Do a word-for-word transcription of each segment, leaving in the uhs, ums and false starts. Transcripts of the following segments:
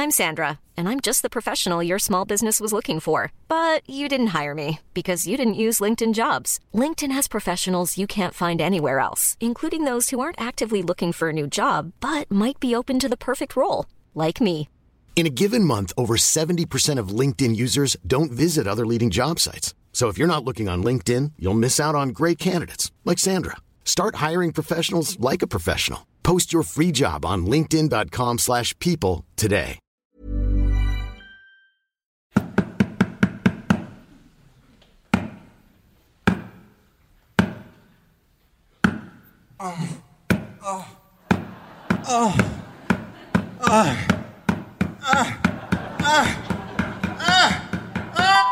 I'm Sandra, and I'm just the professional your small business was looking for. But you didn't hire me because you didn't use LinkedIn Jobs. LinkedIn has professionals you can't find anywhere else, including those who aren't actively looking for a new job, but might be open to the perfect role, like me. In a given month, over seventy percent of LinkedIn users don't visit other leading job sites. So if you're not looking on LinkedIn, you'll miss out on great candidates like Sandra. Start hiring professionals like a professional. Post your free job on linkedin.com slash people today. Oh, oh, oh, ah, ah, ah, ah, ah.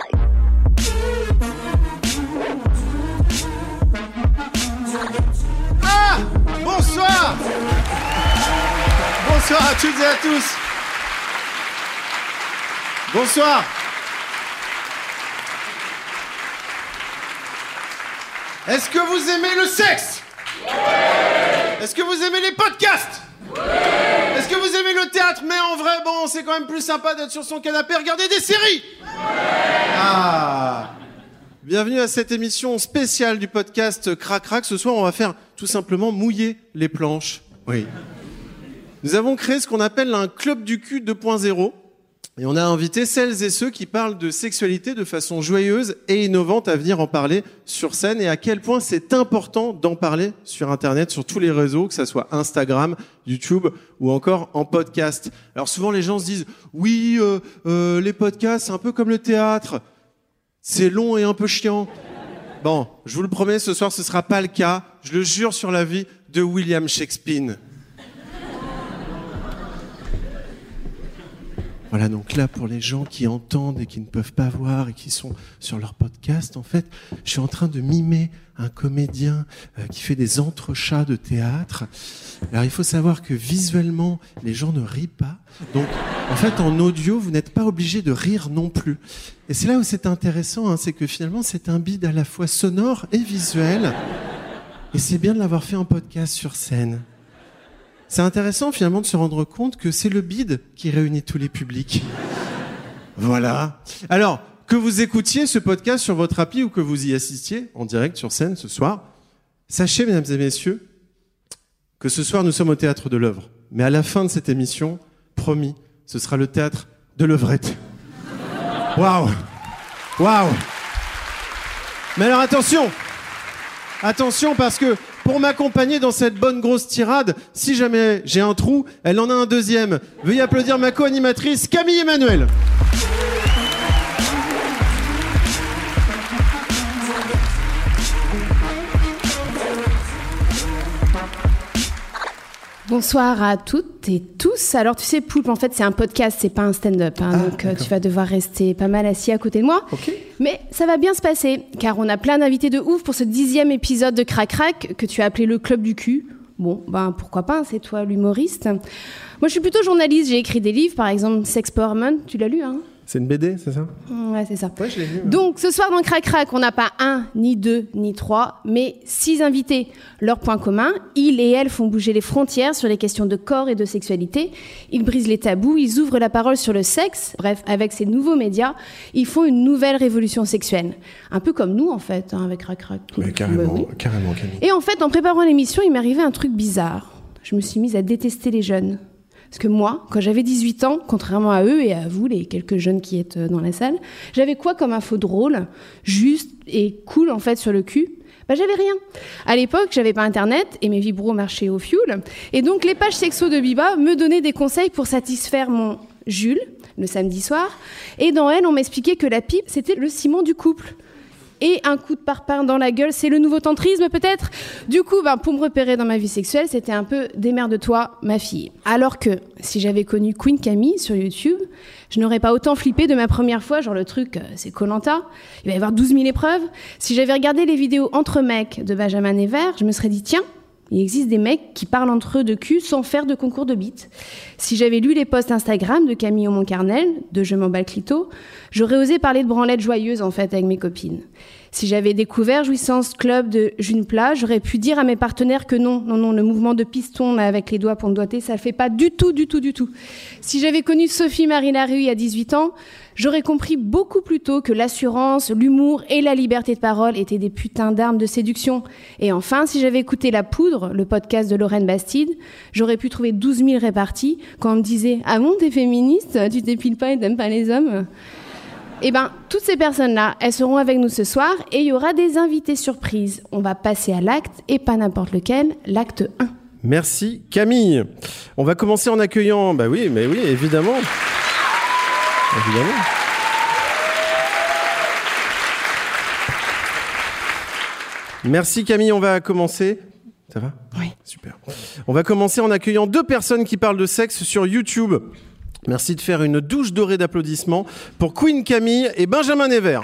Ah, bonsoir. Bonsoir à toutes et à tous. Bonsoir. Est-ce que vous aimez le sexe ? Est-ce que vous aimez les podcasts ? Est-ce que vous aimez le théâtre ? Mais en vrai, bon, c'est quand même plus sympa d'être sur son canapé et regarder des séries. Ah. Bienvenue à cette émission spéciale du podcast Crac Crac. Ce soir, on va faire tout simplement mouiller les planches. Oui. Nous avons créé ce qu'on appelle un club du cul deux point zéro. Et on a invité celles et ceux qui parlent de sexualité de façon joyeuse et innovante à venir en parler sur scène, et à quel point c'est important d'en parler sur Internet, sur tous les réseaux, que ça soit Instagram, YouTube ou encore en podcast. Alors souvent les gens se disent « Oui, euh, euh, les podcasts, c'est un peu comme le théâtre. C'est long et un peu chiant. » Bon, je vous le promets, ce soir ce sera pas le cas. Je le jure sur la vie de William Shakespeare. Voilà, donc là, pour les gens qui entendent et qui ne peuvent pas voir et qui sont sur leur podcast, en fait, je suis en train de mimer un comédien euh, qui fait des entrechats de théâtre. Alors, il faut savoir que visuellement, les gens ne rient pas. Donc, en fait, en audio, vous n'êtes pas obligé de rire non plus. Et c'est là où c'est intéressant, hein, c'est que finalement, c'est un bide à la fois sonore et visuel. Et c'est bien de l'avoir fait en podcast sur scène. C'est intéressant finalement de se rendre compte que c'est le bide qui réunit tous les publics. Voilà. Alors, que vous écoutiez ce podcast sur votre appli ou que vous y assistiez en direct sur scène ce soir, sachez, mesdames et messieurs, que ce soir nous sommes au Théâtre de l'Œuvre. Mais à la fin de cette émission, promis, ce sera le Théâtre de l'Œuvrette. Waouh. Waouh. Mais alors attention. Attention parce que pour m'accompagner dans cette bonne grosse tirade, si jamais j'ai un trou, elle en a un deuxième. Veuillez applaudir ma co-animatrice Camille Emmanuel. Bonsoir à toutes et tous. Alors tu sais, Poulpe, en fait c'est un podcast, c'est pas un stand-up, hein, ah, donc euh, tu vas devoir rester pas mal assis à côté de moi. Okay. Mais ça va bien se passer, car on a plein d'invités de ouf pour ce dixième épisode de Crac Crac, que tu as appelé le Club du cul. Bon, ben pourquoi pas, hein, c'est toi l'humoriste. Moi je suis plutôt journaliste, j'ai écrit des livres, par exemple Sexpowerman, tu l'as lu, hein ? C'est une B D, c'est ça ? Ouais, c'est ça. Ouais, je l'ai lu. Ouais. Donc, ce soir dans Crac Crac, on n'a pas un, ni deux, ni trois, mais six invités. Leur point commun, ils et elles font bouger les frontières sur les questions de corps et de sexualité. Ils brisent les tabous, ils ouvrent la parole sur le sexe. Bref, avec ces nouveaux médias, ils font une nouvelle révolution sexuelle. Un peu comme nous, en fait, hein, avec Crac Crac. Mais carrément, oui. carrément, Camille. Et en fait, en préparant l'émission, il m'est arrivé un truc bizarre. Je me suis mise à détester les jeunes. Parce que moi, quand j'avais dix-huit ans, contrairement à eux et à vous, les quelques jeunes qui êtes dans la salle, j'avais quoi comme info drôle, juste et cool en fait sur le cul ? Bah j'avais rien. À l'époque, j'avais pas internet et mes vibros marchaient au fioul. Et donc les pages sexo de Biba me donnaient des conseils pour satisfaire mon Jules, le samedi soir. Et dans elle, on m'expliquait que la pipe, c'était le ciment du couple. Et un coup de parpaing dans la gueule, c'est le nouveau tantrisme peut-être ? Du coup, ben, pour me repérer dans ma vie sexuelle, c'était un peu démerde-toi, ma fille. Alors que, si j'avais connu Queen Camille sur YouTube, je n'aurais pas autant flippé de ma première fois, genre le truc, euh, c'est Koh-Lanta, il va y avoir douze mille épreuves. Si j'avais regardé les vidéos entre mecs de Benjamin Nevers, je me serais dit, tiens, Il existe des mecs qui parlent entre eux de cul sans faire de concours de bites. Si j'avais lu les posts Instagram de Camille Aumont-Carnel, de Je m'emballe clito, j'aurais osé parler de branlettes joyeuses en fait avec mes copines. Si j'avais découvert Jouissance Club de June Plat, j'aurais pu dire à mes partenaires que non, non, non, le mouvement de piston là, avec les doigts pour me doigter, ça le fait pas du tout, du tout, du tout. Si j'avais connu Sophie-Marie Larue à dix-huit ans, j'aurais compris beaucoup plus tôt que l'assurance, l'humour et la liberté de parole étaient des putains d'armes de séduction. Et enfin, si j'avais écouté La Poudre, le podcast de Lorraine Bastide, j'aurais pu trouver douze mille réparties quand on me disait « Ah bon, t'es féministe, tu t'épiles pas et t'aimes pas les hommes ?» Eh ben, toutes ces personnes-là, elles seront avec nous ce soir et il y aura des invités surprises. On va passer à l'acte, et pas n'importe lequel, l'acte un. Merci Camille. On va commencer en accueillant... Bah oui, mais oui, évidemment. Évidemment. Merci Camille, on va commencer... Ça va ? Oui. Super. On va commencer en accueillant deux personnes qui parlent de sexe sur YouTube. Merci de faire une douche dorée d'applaudissements pour Queen Camille et Benjamin Nevers.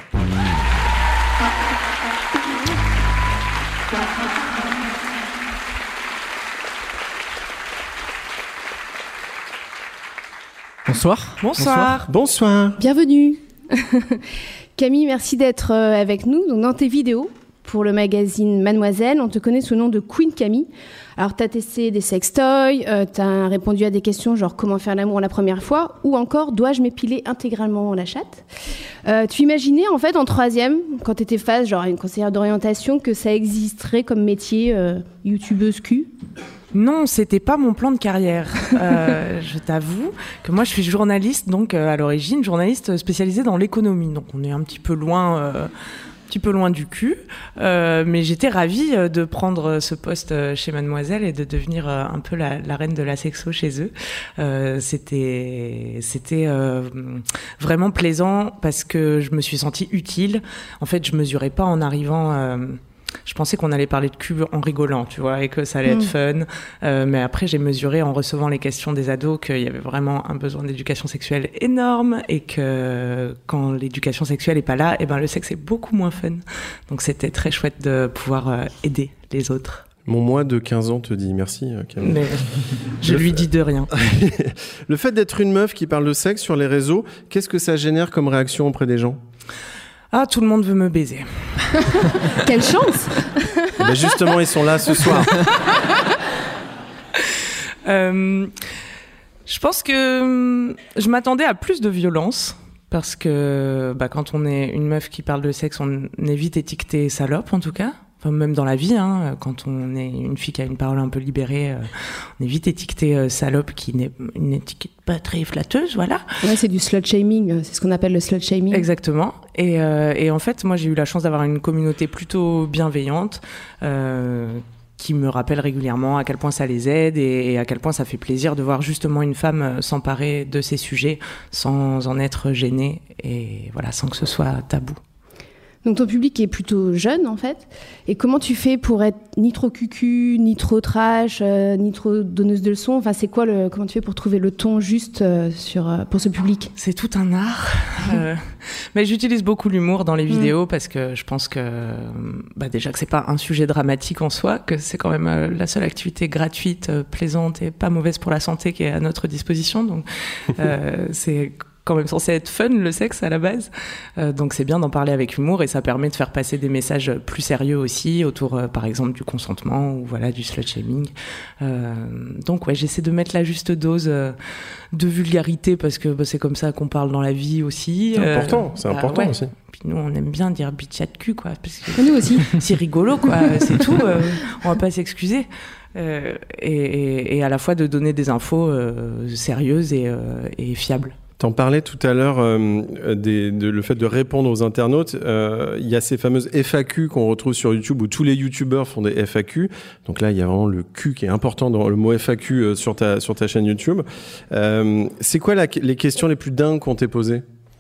Bonsoir. Bonsoir. Bonsoir. Bienvenue. Camille, merci d'être avec nous donc, dans tes vidéos pour le magazine Mademoiselle. On te connaît sous le nom de Queen Camille. Alors, tu as testé des sextoys, euh, tu as répondu à des questions genre comment faire l'amour la première fois ou encore dois-je m'épiler intégralement la chatte. Euh, tu imaginais en fait en troisième, quand tu étais face genre à une conseillère d'orientation, que ça existerait comme métier euh, youtubeuse cul? Non, c'était pas mon plan de carrière. Euh, je t'avoue que moi, je suis journaliste, donc euh, à l'origine, journaliste spécialisée dans l'économie. Donc, on est un petit peu loin, euh, un petit peu loin du cul. Euh, mais j'étais ravie de prendre ce poste chez Mademoiselle et de devenir euh, un peu la, la reine de la sexo chez eux. Euh, c'était, c'était euh, vraiment plaisant parce que je me suis sentie utile. En fait, je mesurais pas en arrivant. Euh, Je pensais qu'on allait parler de cul en rigolant, tu vois, et que ça allait mmh. être fun. Euh, mais après, j'ai mesuré en recevant les questions des ados qu'il y avait vraiment un besoin d'éducation sexuelle énorme et que quand l'éducation sexuelle est pas là, eh ben, le sexe est beaucoup moins fun. Donc, c'était très chouette de pouvoir euh, aider les autres. Mon moi de quinze ans te dit merci, Camille. Mais je le lui f... dis de rien. Le fait d'être une meuf qui parle de sexe sur les réseaux, qu'est-ce que ça génère comme réaction auprès des gens ? Ah, tout le monde veut me baiser. Quelle chance. Ben justement, ils sont là ce soir. euh, je pense que je m'attendais à plus de violence. Parce que bah, quand on est une meuf qui parle de sexe, on est vite étiqueté salope, en tout cas. Enfin, même dans la vie, hein, quand on est une fille qui a une parole un peu libérée, euh, on est vite étiqueté euh, salope, qui n'est une étiquette pas très flatteuse, voilà. Ouais, c'est du slut-shaming, c'est ce qu'on appelle le slut-shaming. Exactement. Et, euh, et en fait, moi, j'ai eu la chance d'avoir une communauté plutôt bienveillante, euh, qui me rappelle régulièrement à quel point ça les aide et, et à quel point ça fait plaisir de voir justement une femme s'emparer de ces sujets sans en être gênée et voilà, sans que ce soit tabou. Donc ton public est plutôt jeune en fait. Et comment tu fais pour être ni trop cucu, ni trop trash, euh, ni trop donneuse de leçons? Enfin, c'est quoi le comment tu fais pour trouver le ton juste euh, sur euh, pour ce public? C'est tout un art. euh, mais j'utilise beaucoup l'humour dans les vidéos mmh. parce que je pense que bah déjà que c'est pas un sujet dramatique en soi, que c'est quand même euh, la seule activité gratuite, euh, plaisante et pas mauvaise pour la santé qui est à notre disposition. Donc euh, c'est quand même censé être fun, le sexe, à la base. Euh, donc c'est bien d'en parler avec humour et ça permet de faire passer des messages plus sérieux aussi, autour, euh, par exemple, du consentement ou voilà, du slut-shaming. Euh, donc ouais, j'essaie de mettre la juste dose euh, de vulgarité parce que bah, c'est comme ça qu'on parle dans la vie aussi. C'est important, euh, c'est bah, important ouais. aussi. Puis nous, on aime bien dire bitchat de cul, quoi. Parce que nous aussi. C'est rigolo, quoi. C'est tout. Euh, on va pas s'excuser. Euh, et, et, et à la fois de donner des infos euh, sérieuses et, euh, et fiables. T'en parlais tout à l'heure, euh, des, de, le fait de répondre aux internautes. Euh, il y a ces fameuses F A Q qu'on retrouve sur YouTube où tous les youtubeurs font des F A Q. Donc là, il y a vraiment le Q qui est important dans le mot F A Q euh, sur, ta, sur ta chaîne YouTube. Euh, c'est quoi la, les questions les plus dingues qu'on t'ait posées?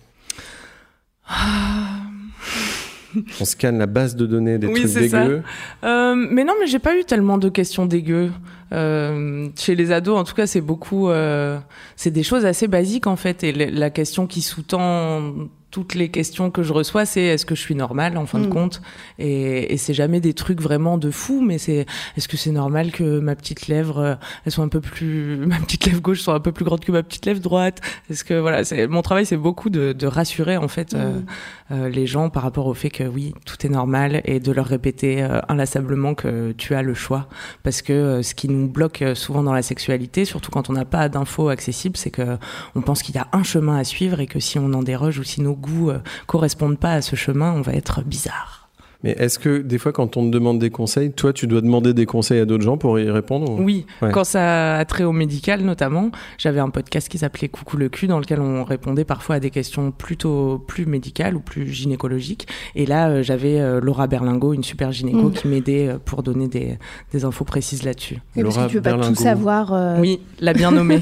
On scanne la base de données des oui, trucs dégueux. Euh, mais non, mais j'ai pas eu tellement de questions dégueu. Euh, chez les ados, en tout cas, c'est beaucoup, euh, c'est des choses assez basiques en fait. Et la question qui sous-tend toutes les questions que je reçois, c'est est-ce que je suis normale en fin mmh. de compte, et, et c'est jamais des trucs vraiment de fou, mais c'est est-ce que c'est normal que ma petite lèvre, euh, elle soit un peu plus, ma petite lèvre gauche soit un peu plus grande que ma petite lèvre droite. Est-ce que voilà, c'est mon travail, c'est beaucoup de, de rassurer en fait mmh. euh, euh, les gens par rapport au fait que oui, tout est normal, et de leur répéter euh, inlassablement que tu as le choix, parce que euh, ce qui nous bloque souvent dans la sexualité, surtout quand on n'a pas d'infos accessibles, c'est que on pense qu'il y a un chemin à suivre et que si on en déroge ou si nos goûts euh, correspondent pas à ce chemin, on va être bizarre. Mais est-ce que des fois, quand on te demande des conseils, toi, tu dois demander des conseils à d'autres gens pour y répondre ou... Oui, ouais. Quand ça a trait au médical notamment, j'avais un podcast qui s'appelait Coucou le cul, dans lequel on répondait parfois à des questions plutôt plus médicales ou plus gynécologiques. Et là, euh, j'avais euh, Laura Berlingot, une super gynéco, mmh. qui m'aidait euh, pour donner des, des infos précises là-dessus. Oui, parce que tu veux pas tout savoir. Euh... Oui, l'a bien nommé.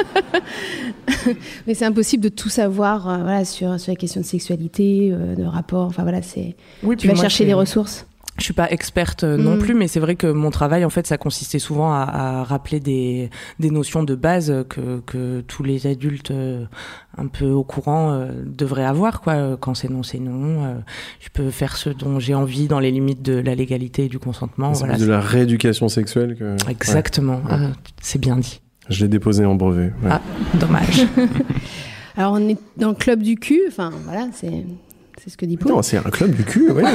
Mais c'est impossible de tout savoir euh, voilà, sur, sur la question de sexualité, euh, de rapport. Enfin voilà, c'est. Oui, tu vas moi, chercher des ressources. Je suis pas experte euh, non mmh. plus, mais c'est vrai que mon travail, en fait, ça consistait souvent à, à rappeler des, des notions de base que, que tous les adultes euh, un peu au courant euh, devraient avoir, quoi. Quand c'est non, c'est non. Euh, je peux faire ce dont j'ai envie dans les limites de la légalité et du consentement. C'est voilà, de c'est... la rééducation sexuelle que. Exactement. Ouais. Euh, c'est bien dit. Je l'ai déposé en brevet. Ouais. Ah, dommage. Alors, on est dans le club du cul. Enfin, voilà, c'est, c'est ce que dit Paul. Non, c'est un club du cul, oui.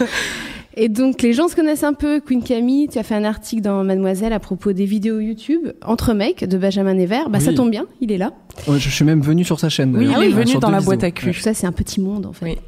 Et donc, les gens se connaissent un peu. Queen Camille, tu as fait un article dans Mademoiselle à propos des vidéos YouTube entre mecs de Benjamin Nevers. Bah, oui. Ça tombe bien, il est là. Ouais, je suis même venu sur sa chaîne. Oui, il ah est oui, venu dans la boîte à cul. Tout ça, c'est un petit monde, en fait. Oui.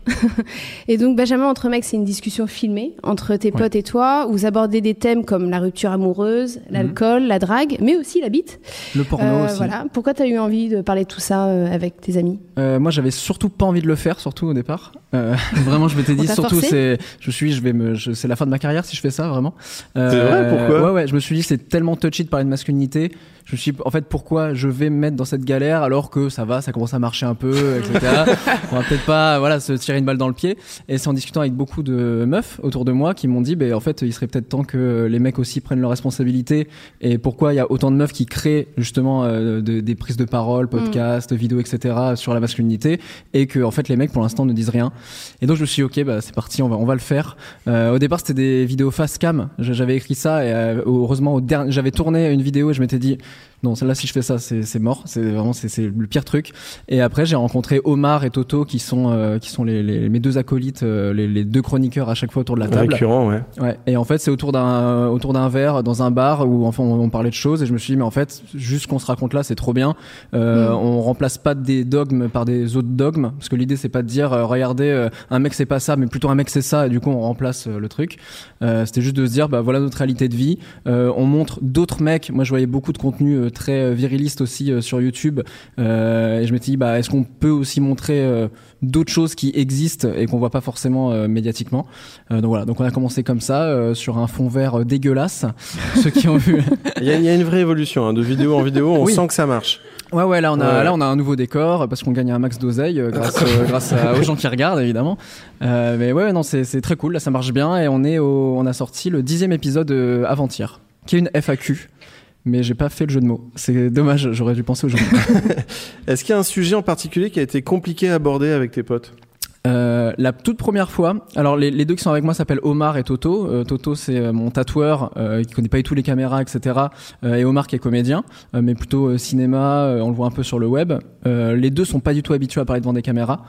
Et donc, Benjamin entre mecs, c'est une discussion filmée entre tes potes ouais. et toi, où vous abordez des thèmes comme la rupture amoureuse, l'alcool, mmh. la drague, mais aussi la bite. Le porno euh, aussi. Voilà. Pourquoi tu as eu envie de parler de tout ça euh, avec tes amis ? euh, Moi, j'avais surtout pas envie de le faire, surtout au départ. Euh, vraiment, je m'étais dit, surtout, forcé c'est, je suis, je vais me, je, c'est la fin de ma carrière si je fais ça, vraiment. Euh, c'est vrai, pourquoi ? Ouais, ouais, je me suis dit, c'est tellement touchy de parler de masculinité. Je me suis dit, en fait, pourquoi je vais me mettre dans cette galère alors que ça va, ça commence à marcher un peu, et cetera. On va peut-être pas, voilà, se tirer une balle dans le pied. Et c'est en discutant avec beaucoup de meufs autour de moi qui m'ont dit, ben, en fait, il serait peut-être temps que les mecs aussi prennent leurs responsabilités. Et pourquoi il y a autant de meufs qui créent justement euh, de, des prises de parole, podcasts, mmh. vidéos, et cetera sur la masculinité, et que en fait les mecs pour l'instant ne disent rien. Et donc je me suis dit, ok, bah c'est parti, on va, on va le faire. Euh, au départ, c'était des vidéos face cam. J'avais écrit ça et euh, heureusement, au dernier, j'avais tourné une vidéo et je m'étais dit, non, celle-là, si je fais ça, c'est, c'est mort. C'est vraiment, c'est, c'est le pire truc. Et après, j'ai rencontré Omar et Toto, qui sont, euh, qui sont les, les, mes deux acolytes, euh, les, les deux chroniqueurs à chaque fois autour de la table. Récurrent, ouais. Ouais. Et en fait, c'est autour d'un, autour d'un verre, dans un bar où, enfin, on, on parlait de choses. Et je me suis dit, mais en fait, juste qu'on se raconte là, c'est trop bien. Euh, mmh. On remplace pas des dogmes par des autres dogmes. Parce que l'idée, c'est pas de dire, euh, regardez, euh, un mec, c'est pas ça, mais plutôt un mec, c'est ça. Et du coup, on remplace euh, le truc. Euh, c'était juste de se dire, bah, voilà notre réalité de vie. Euh, on montre d'autres mecs. Moi, je voyais beaucoup de contenu euh, très euh, viriliste aussi euh, sur YouTube euh, et je m'étais dit bah est-ce qu'on peut aussi montrer euh, d'autres choses qui existent et qu'on voit pas forcément euh, médiatiquement euh, donc voilà, donc on a commencé comme ça euh, sur un fond vert euh, dégueulasse. Ceux qui ont vu il y, y a une vraie évolution hein, de vidéo en vidéo, on oui. sent que ça marche. Ouais ouais là on a ouais. là on a un nouveau décor parce qu'on gagne un max d'oseille euh, grâce euh, grâce à, aux gens qui regardent évidemment euh, mais ouais non c'est c'est très cool, là ça marche bien et on est au, on a sorti le dixième épisode euh, avant-hier qui est une F A Q. Mais j'ai pas fait le jeu de mots. C'est dommage, j'aurais dû penser au jeu de mots. Est-ce qu'il y a un sujet en particulier qui a été compliqué à aborder avec tes potes ? Euh, la toute première fois, alors les, les deux qui sont avec moi s'appellent Omar et Toto. Euh, Toto c'est euh, mon tatoueur euh, qui connaît pas du tout les caméras, et cetera. Euh, et Omar qui est comédien, euh, mais plutôt euh, cinéma. Euh, on le voit un peu sur le web. Euh, les deux sont pas du tout habitués à parler devant des caméras.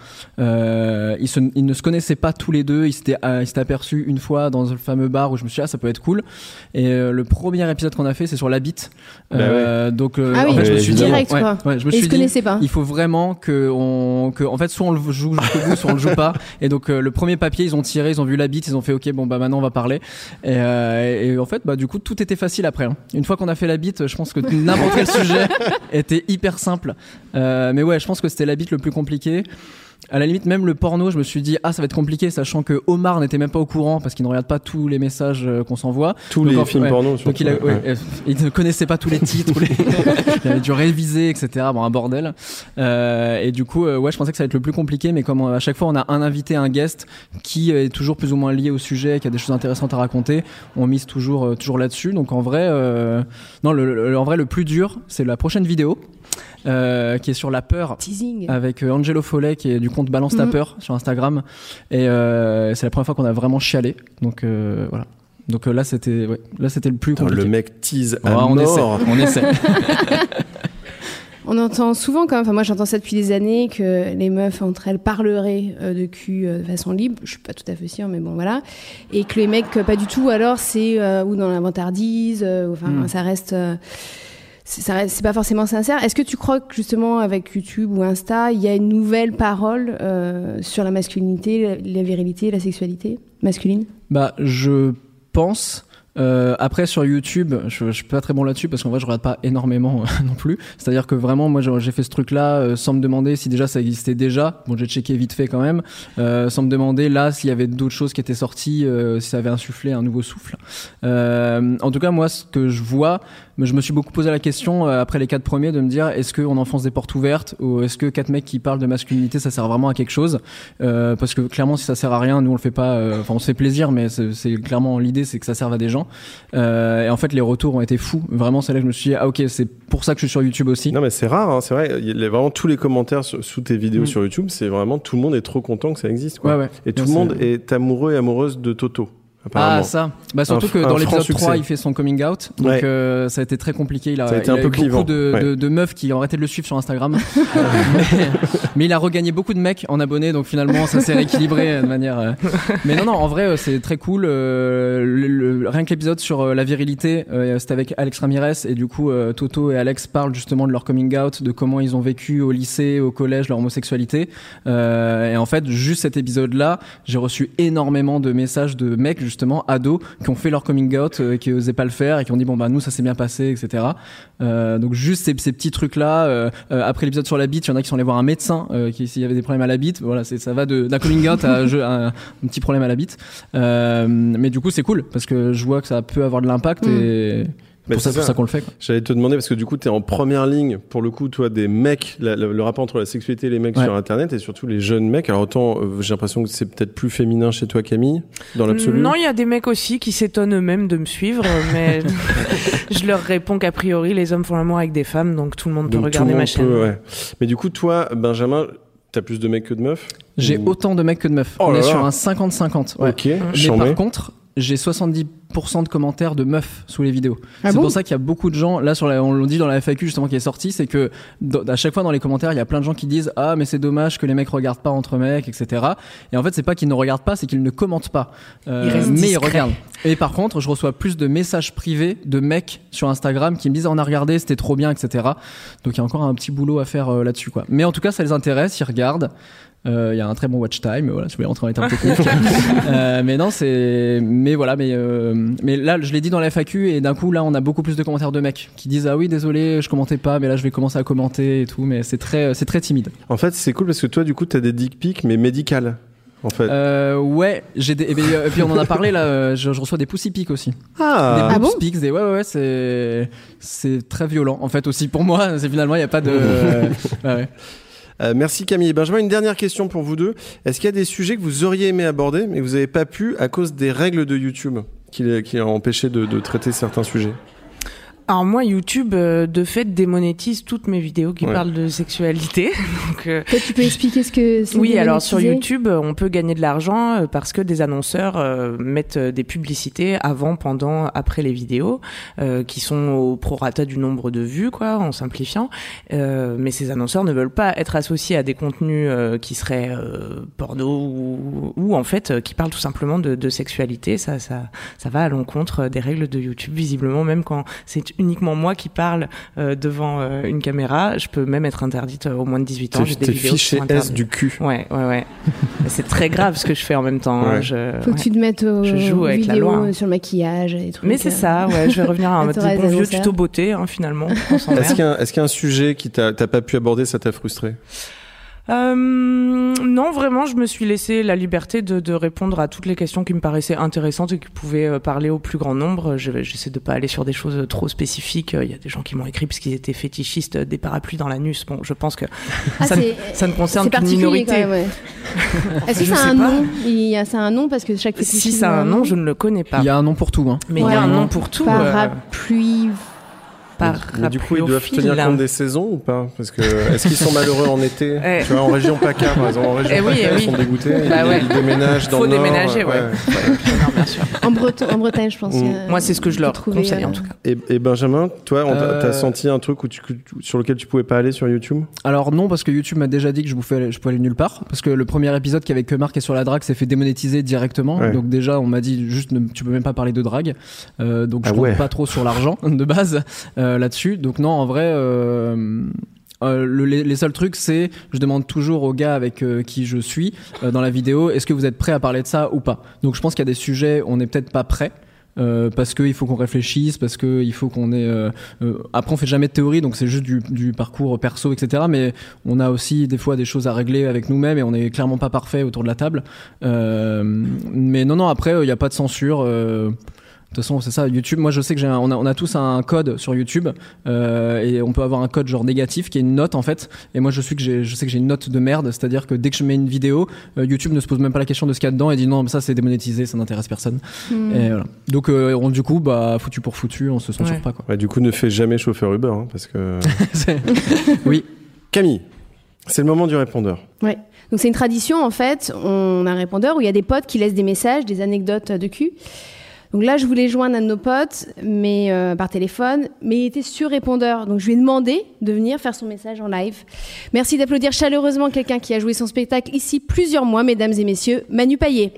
Euh, ils, se, ils ne se connaissaient pas tous les deux. Ils s'étaient, euh, ils s'étaient aperçus une fois dans le fameux bar où je me suis dit ah ça peut être cool. Et euh, le premier épisode qu'on a fait c'est sur la bite. Euh, bah ouais. Donc euh, ah oui, en fait, je me suis direct dit, quoi. Ouais, ouais, je me et suis ils se dit, connaissaient pas. Il faut vraiment que on, que en fait soit on le joue jusqu'au bout, soit on le joue pas. Et donc euh, le premier papier ils ont tiré, ils ont vu la bite, ils ont fait ok bon bah maintenant on va parler. Et, euh, et, et en fait bah du coup tout était facile après. Hein. Une fois qu'on a fait la bite, je pense que n'importe quel sujet était hyper simple. Euh, mais ouais, je pense que c'était la bite le plus compliqué. À la limite, même le porno, je me suis dit, ah, ça va être compliqué, sachant que Omar n'était même pas au courant parce qu'il ne regarde pas tous les messages qu'on s'envoie. Tous donc, les en, films ouais, porno, donc il, a, ouais, ouais. il ne connaissait pas tous les titres, les... il avait dû réviser, et cetera. Bon, un bordel. Euh, et du coup, euh, ouais, je pensais que ça allait être le plus compliqué, mais comme à chaque fois on a un invité, un guest qui est toujours plus ou moins lié au sujet, qui a des choses intéressantes à raconter, on mise toujours, euh, toujours là-dessus. Donc en vrai, euh, non, le, le, en vrai, le plus dur, c'est la prochaine vidéo. Euh, qui est sur la peur Teasing. avec euh, Angelo Follet qui est du compte Balance ta peur sur Instagram et euh, c'est la première fois qu'on a vraiment chialé donc euh, voilà donc euh, là c'était ouais, là c'était le plus compliqué. Le mec tease à ouais, on mort. essaie, on essaie. On entend souvent quand même, enfin moi j'entends ça depuis des années, que les meufs entre elles parleraient euh, de cul euh, de façon libre, je suis pas tout à fait sûre mais bon voilà, et que les mecs euh, pas du tout, alors c'est euh, ou dans la vantardise, euh, enfin mm. ça reste... Euh, Ça reste, c'est pas forcément sincère. Est-ce que tu crois que justement avec YouTube ou Insta, il y a une nouvelle parole euh, sur la masculinité, la, la virilité, la sexualité masculine ? Bah, je pense. Euh, après sur YouTube, je, je suis pas très bon là-dessus parce qu'en vrai je regarde pas énormément euh, non plus. C'est-à-dire que vraiment moi j'ai fait ce truc-là euh, sans me demander si déjà ça existait déjà. Bon j'ai checké vite fait quand même, euh, sans me demander là s'il y avait d'autres choses qui étaient sorties, euh, si ça avait insufflé un nouveau souffle. Euh, en tout cas moi ce que je vois, je me suis beaucoup posé la question euh, après les quatre premiers de me dire est-ce qu'on enfonce des portes ouvertes ou est-ce que quatre mecs qui parlent de masculinité ça sert vraiment à quelque chose, euh, parce que clairement si ça sert à rien nous on le fait pas, enfin euh, on se fait plaisir mais c'est, c'est clairement l'idée c'est que ça serve à des gens. Euh, et en fait les retours ont été fous, vraiment c'est là que je me suis dit ah ok c'est pour ça que je suis sur YouTube aussi. Non mais c'est rare hein, c'est vrai, il y a vraiment tous les commentaires sur, sous tes vidéos mmh. sur YouTube, c'est vraiment tout le monde est trop content que ça existe quoi. Ouais, ouais. Et tout ouais, le monde c'est... est amoureux et amoureuse de Toto. Ah ça, bah surtout un, que dans l'épisode succès. trois il fait son coming out, donc ouais. euh, ça a été très compliqué, il a, ça a été il un a peu eu clivant. beaucoup de, ouais. de, de meufs qui ont arrêté de le suivre sur Instagram, mais, mais il a regagné beaucoup de mecs en abonnés, donc finalement ça s'est rééquilibré de manière... Euh... Mais non non, en vrai c'est très cool, euh, le, le, rien que l'épisode sur euh, la virilité, euh, c'était avec Alex Ramirez, et du coup euh, Toto et Alex parlent justement de leur coming out, de comment ils ont vécu au lycée, au collège, leur homosexualité, euh, et en fait juste cet épisode là, j'ai reçu énormément de messages de mecs justement, ados, qui ont fait leur coming out, euh, qui osaient pas le faire et qui ont dit bon bah nous ça s'est bien passé, et cetera. Euh, donc juste ces, ces petits trucs là. Euh, euh, après l'épisode sur la bite, il y en a qui sont allés voir un médecin euh, qui s'il y avait des problèmes à la bite. Voilà, c'est ça va de d'un coming out à un, un petit problème à la bite. Euh, mais du coup c'est cool parce que je vois que ça peut avoir de l'impact mmh. et Mais pour ça, c'est pour ça qu'on le fait, quoi. J'allais te demander parce que du coup t'es en première ligne pour le coup toi des mecs, la, la, le rapport entre la sexualité et les mecs ouais. sur internet et surtout les jeunes mecs. Alors autant euh, j'ai l'impression que c'est peut-être plus féminin chez toi Camille dans l'absolu. Non, il y a des mecs aussi qui s'étonnent eux-mêmes de me suivre, mais je leur réponds qu'a priori les hommes font l'amour avec des femmes, donc tout le monde donc, peut regarder ma chaîne. Peut, ouais. Mais du coup toi Benjamin, t'as plus de mecs que de meufs? J'ai ou... autant de mecs que de meufs. Oh On là est là. sur un cinquante cinquante. Ouais. Ok. Mais par contre j'ai soixante-dix pour cent de commentaires de meufs sous les vidéos. Ah c'est bon pour ça qu'il y a beaucoup de gens, là sur la, on l'a dit dans la F A Q justement qui est sortie, c'est que d- à chaque fois dans les commentaires il y a plein de gens qui disent ah mais c'est dommage que les mecs regardent pas entre mecs, et cetera. Et en fait c'est pas qu'ils ne regardent pas, c'est qu'ils ne commentent pas, euh, ils restent mais discrets. ils regardent. Et par contre je reçois plus de messages privés de mecs sur Instagram qui me disent on a regardé, c'était trop bien, et cetera. Donc il y a encore un petit boulot à faire euh, là-dessus quoi. Mais en tout cas ça les intéresse, ils regardent. Il euh, y a un très bon watch time, voilà, si vous voulez rentrer en termes techniques. euh, mais non, c'est, mais voilà, mais euh, mais là, je l'ai dit dans la F A Q et d'un coup, là, on a beaucoup plus de commentaires de mecs qui disent ah oui, désolé, je commentais pas, mais là, je vais commencer à commenter et tout, mais c'est très, c'est très timide. En fait, c'est cool parce que toi, du coup, t'as des dick pics mais médicales. En fait. Euh, ouais, j'ai des, et, bien, et puis on en a parlé là. Je, je reçois des pussy pics aussi. Ah. Des ah boobs bon pics, des ouais ouais ouais, c'est c'est très violent. En fait aussi pour moi, c'est finalement il y a pas de. euh, ouais, ouais. Euh, merci Camille et Benjamin. Une dernière question pour vous deux. Est-ce qu'il y a des sujets que vous auriez aimé aborder mais que vous n'avez pas pu à cause des règles de YouTube qui, qui ont empêché de, de traiter certains sujets? Alors moi, YouTube, euh, de fait, démonétise toutes mes vidéos qui ouais. parlent de sexualité. Donc, euh, Peut-être tu peux expliquer ce que c'est. oui, alors sur YouTube, on peut gagner de l'argent euh, parce que des annonceurs euh, mettent euh, des publicités avant, pendant, après les vidéos, euh, qui sont au prorata du nombre de vues, quoi, en simplifiant. Euh, mais ces annonceurs ne veulent pas être associés à des contenus euh, qui seraient euh, porno ou, ou en fait, euh, qui parlent tout simplement de, de sexualité. Ça, ça, ça va à l'encontre des règles de YouTube, visiblement, même quand c'est uniquement moi qui parle euh, devant euh, une caméra, je peux même être interdite euh, au moins de dix-huit ans. J'ai des vidéos fiché S du cul. Ouais, ouais, ouais. C'est très grave ce que je fais en même temps. Ouais. Hein. Je, Faut ouais. que tu te mettes aux je joue avec vidéos la loi, hein. sur le maquillage et des trucs. Mais c'est ça, ouais. Je vais revenir à un mode bon vieux tuto beauté, hein, finalement. Est-ce qu'il y a un, est-ce qu'il y a un sujet qui t'a, t'as pas pu aborder, ça t'a frustré? Euh, non, vraiment, je me suis laissé la liberté de, de répondre à toutes les questions qui me paraissaient intéressantes et qui pouvaient euh, parler au plus grand nombre. Je, j'essaie de pas aller sur des choses trop spécifiques. Il y a des gens qui m'ont écrit parce qu'ils étaient fétichistes des parapluies dans l'anus. Bon, je pense que ah, ça, ne, ça ne concerne qu'une minorité. Quand même, ouais. Est-ce que ça a un pas. nom Il y a, ça a un nom parce que chaque fétichiste. Si ça a un nom, je ne le connais pas. Il y a un nom pour tout, hein. Mais ouais, il y a un nom pour tout. Parapluie. Mais du coup, ils doivent tenir compte des saisons ou pas? Parce que est-ce qu'ils sont malheureux en été? eh. Tu vois, en région PACA, par exemple, en région eh oui, PACA, eh oui. ils sont dégoûtés. Bah ils, ouais. ils déménagent dans Faut le nord. Faut déménager, ouais. ouais. non, bien sûr. En, Breton, en Bretagne, je pense. Mmh. Euh, Moi, c'est ce que je leur conseille, euh... en tout cas. Et, et Benjamin, toi, on euh... t'as senti un truc où tu, sur lequel tu pouvais pas aller sur YouTube? Alors non, parce que YouTube m'a déjà dit que je pouvais aller, je pouvais aller nulle part. Parce que le premier épisode qui avait que Marc et sur la drague s'est fait démonétiser directement. Ouais. Donc déjà, on m'a dit juste, ne, tu peux même pas parler de drague. Euh, donc je ah, compte ouais. pas trop sur l'argent de base euh, là-dessus. Donc non, en vrai. Euh, Euh, euh, le, les, les seuls trucs, c'est je demande toujours aux gars avec euh, qui je suis euh, dans la vidéo, est-ce que vous êtes prêts à parler de ça ou pas? Donc je pense qu'il y a des sujets, on n'est peut-être pas prêts. Euh, parce qu'il faut qu'on réfléchisse, parce qu'il faut qu'on ait. Euh, euh, après, on fait jamais de théorie, donc c'est juste du, du parcours perso, et cetera. Mais on a aussi des fois des choses à régler avec nous-mêmes et on est clairement pas parfait autour de la table. Euh, mais non, non. Après, il n'y a pas de censure. Euh, De toute façon, c'est ça, YouTube. Moi, je sais que j'ai un, on a, on a tous un code sur YouTube, euh, et on peut avoir un code genre négatif qui est une note en fait. Et moi, je suis que j'ai, je sais que j'ai une note de merde, c'est-à-dire que dès que je mets une vidéo, euh, YouTube ne se pose même pas la question de ce qu'il y a dedans et dit non, mais ça c'est démonétisé, ça n'intéresse personne. Mmh. Et voilà. Donc, euh, on, du coup, bah, foutu pour foutu, on se censure ouais. pas quoi. Ouais, du coup, ne fais jamais chauffeur Uber, hein, parce que. Oui. Camille, c'est le moment du répondeur. Ouais. Donc c'est une tradition en fait. On a un répondeur où il y a des potes qui laissent des messages, des anecdotes de cul. Donc là, je voulais joindre un de nos potes, mais euh, par téléphone, mais il était sur répondeur. Donc je lui ai demandé de venir faire son message en live. Merci d'applaudir chaleureusement quelqu'un qui a joué son spectacle ici plusieurs mois, mesdames et messieurs, Manu Payet.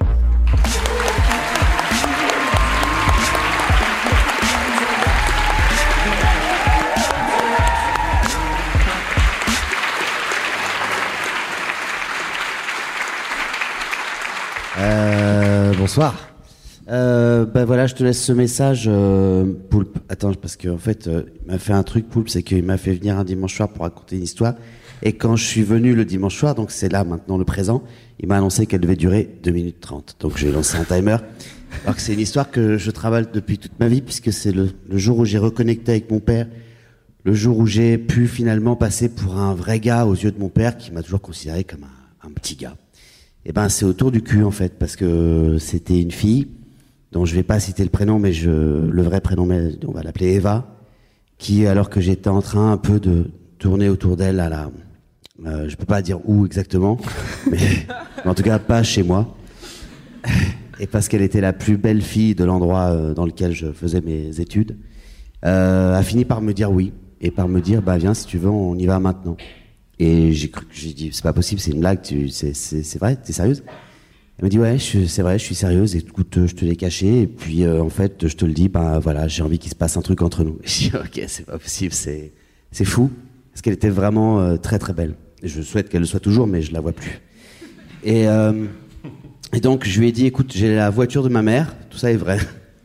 Euh, bonsoir. Euh, ben voilà, je te laisse ce message, euh, Poulpe. Attends, parce qu'en fait, euh, il m'a fait un truc, Poulpe, c'est qu'il m'a fait venir un dimanche soir pour raconter une histoire. Et quand je suis venu le dimanche soir, donc c'est là maintenant le présent, il m'a annoncé qu'elle devait durer deux minutes trente. Donc j'ai lancé un timer. Alors que c'est une histoire que je travaille depuis toute ma vie, puisque c'est le, le jour où j'ai reconnecté avec mon père, le jour où j'ai pu finalement passer pour un vrai gars aux yeux de mon père, qui m'a toujours considéré comme un, un petit gars. Et ben c'est autour du cul en fait, parce que c'était une fille dont je vais pas citer le prénom, mais je, le vrai prénom, mais on va l'appeler Eva, qui, alors que j'étais en train un peu de tourner autour d'elle à la, euh, je peux pas dire où exactement, mais, mais en tout cas pas chez moi, et parce qu'elle était la plus belle fille de l'endroit euh, dans lequel je faisais mes études, euh, a fini par me dire oui, et par me dire, bah viens si tu veux, on y va maintenant. Et j'ai cru, j'ai dit, c'est pas possible, c'est une blague, tu, c'est, c'est, c'est vrai, t'es sérieuse? Elle m'a dit ouais, je, c'est vrai, je suis sérieuse. Écoute, je te l'ai caché et puis euh, en fait, je te le dis, ben voilà, j'ai envie qu'il se passe un truc entre nous. Je dis ok, c'est pas possible, c'est c'est fou, parce qu'elle était vraiment euh, très très belle. Et je souhaite qu'elle le soit toujours, mais je la vois plus. Et euh, et donc je lui ai dit, écoute, j'ai la voiture de ma mère, tout ça est vrai.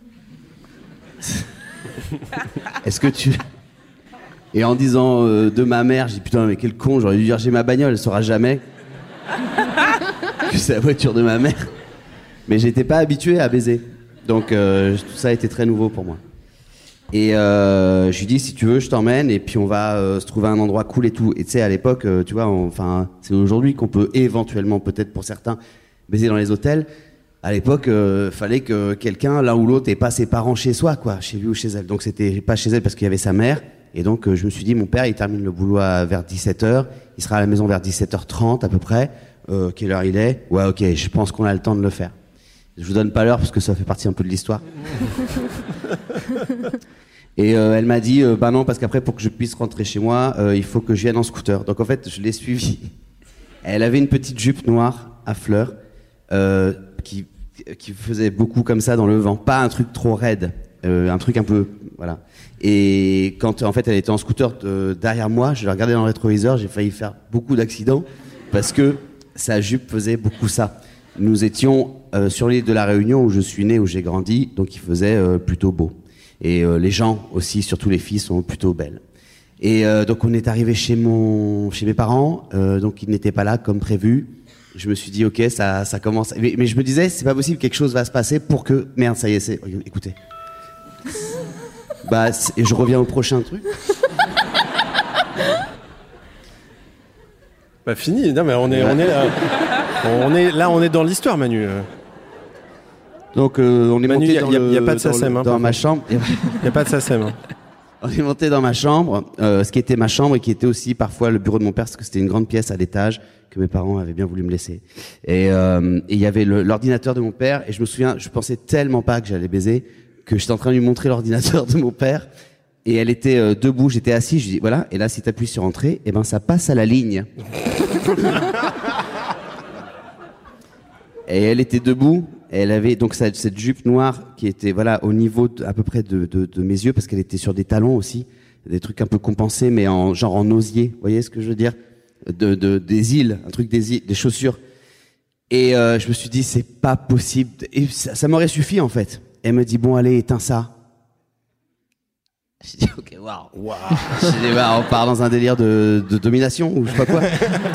Est-ce que tu Et en disant euh, de ma mère, j'ai dit putain mais quel con, j'aurais dû dire j'ai ma bagnole, elle saura jamais que c'est la voiture de ma mère. Mais j'étais pas habitué à baiser. Donc euh, tout ça a été très nouveau pour moi. Et euh, je lui dis si tu veux je t'emmène et puis on va euh, se trouver un endroit cool et tout. Et tu sais à l'époque, euh, tu vois, enfin c'est aujourd'hui qu'on peut éventuellement peut-être pour certains baiser dans les hôtels. À l'époque, euh, fallait que quelqu'un, l'un ou l'autre, ait pas ses parents chez soi, quoi, chez lui ou chez elle. Donc c'était pas chez elle parce qu'il y avait sa mère. Et donc euh, je me suis dit mon père il termine le boulot à, vers dix-sept heures, il sera à la maison vers dix-sept heures trente à peu près. Euh, quelle heure il est? Ouais, ok, je pense qu'on a le temps de le faire. Je vous donne pas l'heure parce que ça fait partie un peu de l'histoire. Et euh, elle m'a dit, euh, bah non, parce qu'après, pour que je puisse rentrer chez moi, euh, il faut que je vienne en scooter. Donc en fait, je l'ai suivie. Elle avait une petite jupe noire à fleurs euh, qui, qui faisait beaucoup comme ça dans le vent. Pas un truc trop raide, euh, un truc un peu... Voilà. Et quand en fait elle était en scooter euh, derrière moi, je l'ai regardé dans le rétroviseur, j'ai failli faire beaucoup d'accidents parce que sa jupe faisait beaucoup ça. Nous étions euh, sur l'île de la Réunion où je suis né, où j'ai grandi, donc il faisait euh, plutôt beau. Et euh, les gens aussi, surtout les filles, sont plutôt belles. Et euh, donc on est arrivé chez mon, chez mes parents, euh, donc ils n'étaient pas là comme prévu. Je me suis dit ok, ça, ça commence. Mais, mais je me disais c'est pas possible, quelque chose va se passer pour que merde, ça y est, c'est. Écoutez. Bah et je reviens au prochain truc. Bah fini. Non mais on est, on est là, on est là, on est dans l'histoire, Manu. Donc euh, on est Manu, monté y a, dans, y a, le, y a pas de dans, SACEM, le, hein, dans ma chambre. Il y a pas de SACEM. Hein. On est monté dans ma chambre, euh, ce qui était ma chambre et qui était aussi parfois le bureau de mon père, parce que c'était une grande pièce à l'étage que mes parents avaient bien voulu me laisser. Et euh, il y avait le, l'ordinateur de mon père, et je me souviens, je pensais tellement pas que j'allais baiser, que j'étais en train de lui montrer l'ordinateur de mon père, et elle était euh, debout, j'étais assis, je lui dis voilà, et là si t'appuies sur entrée, et ben ça passe à la ligne. Et elle était debout. Elle avait donc cette, cette jupe noire qui était voilà au niveau de, à peu près de, de, de mes yeux parce qu'elle était sur des talons aussi, des trucs un peu compensés mais en genre en osier, vous voyez ce que je veux dire, de, de des îles, un truc des îles, des chaussures. Et euh, je me suis dit c'est pas possible et ça, ça m'aurait suffi en fait. Elle me dit bon allez éteins ça. J'ai dit ok waouh waouh. J'ai dit bah on part dans un délire de, de domination ou je sais pas quoi.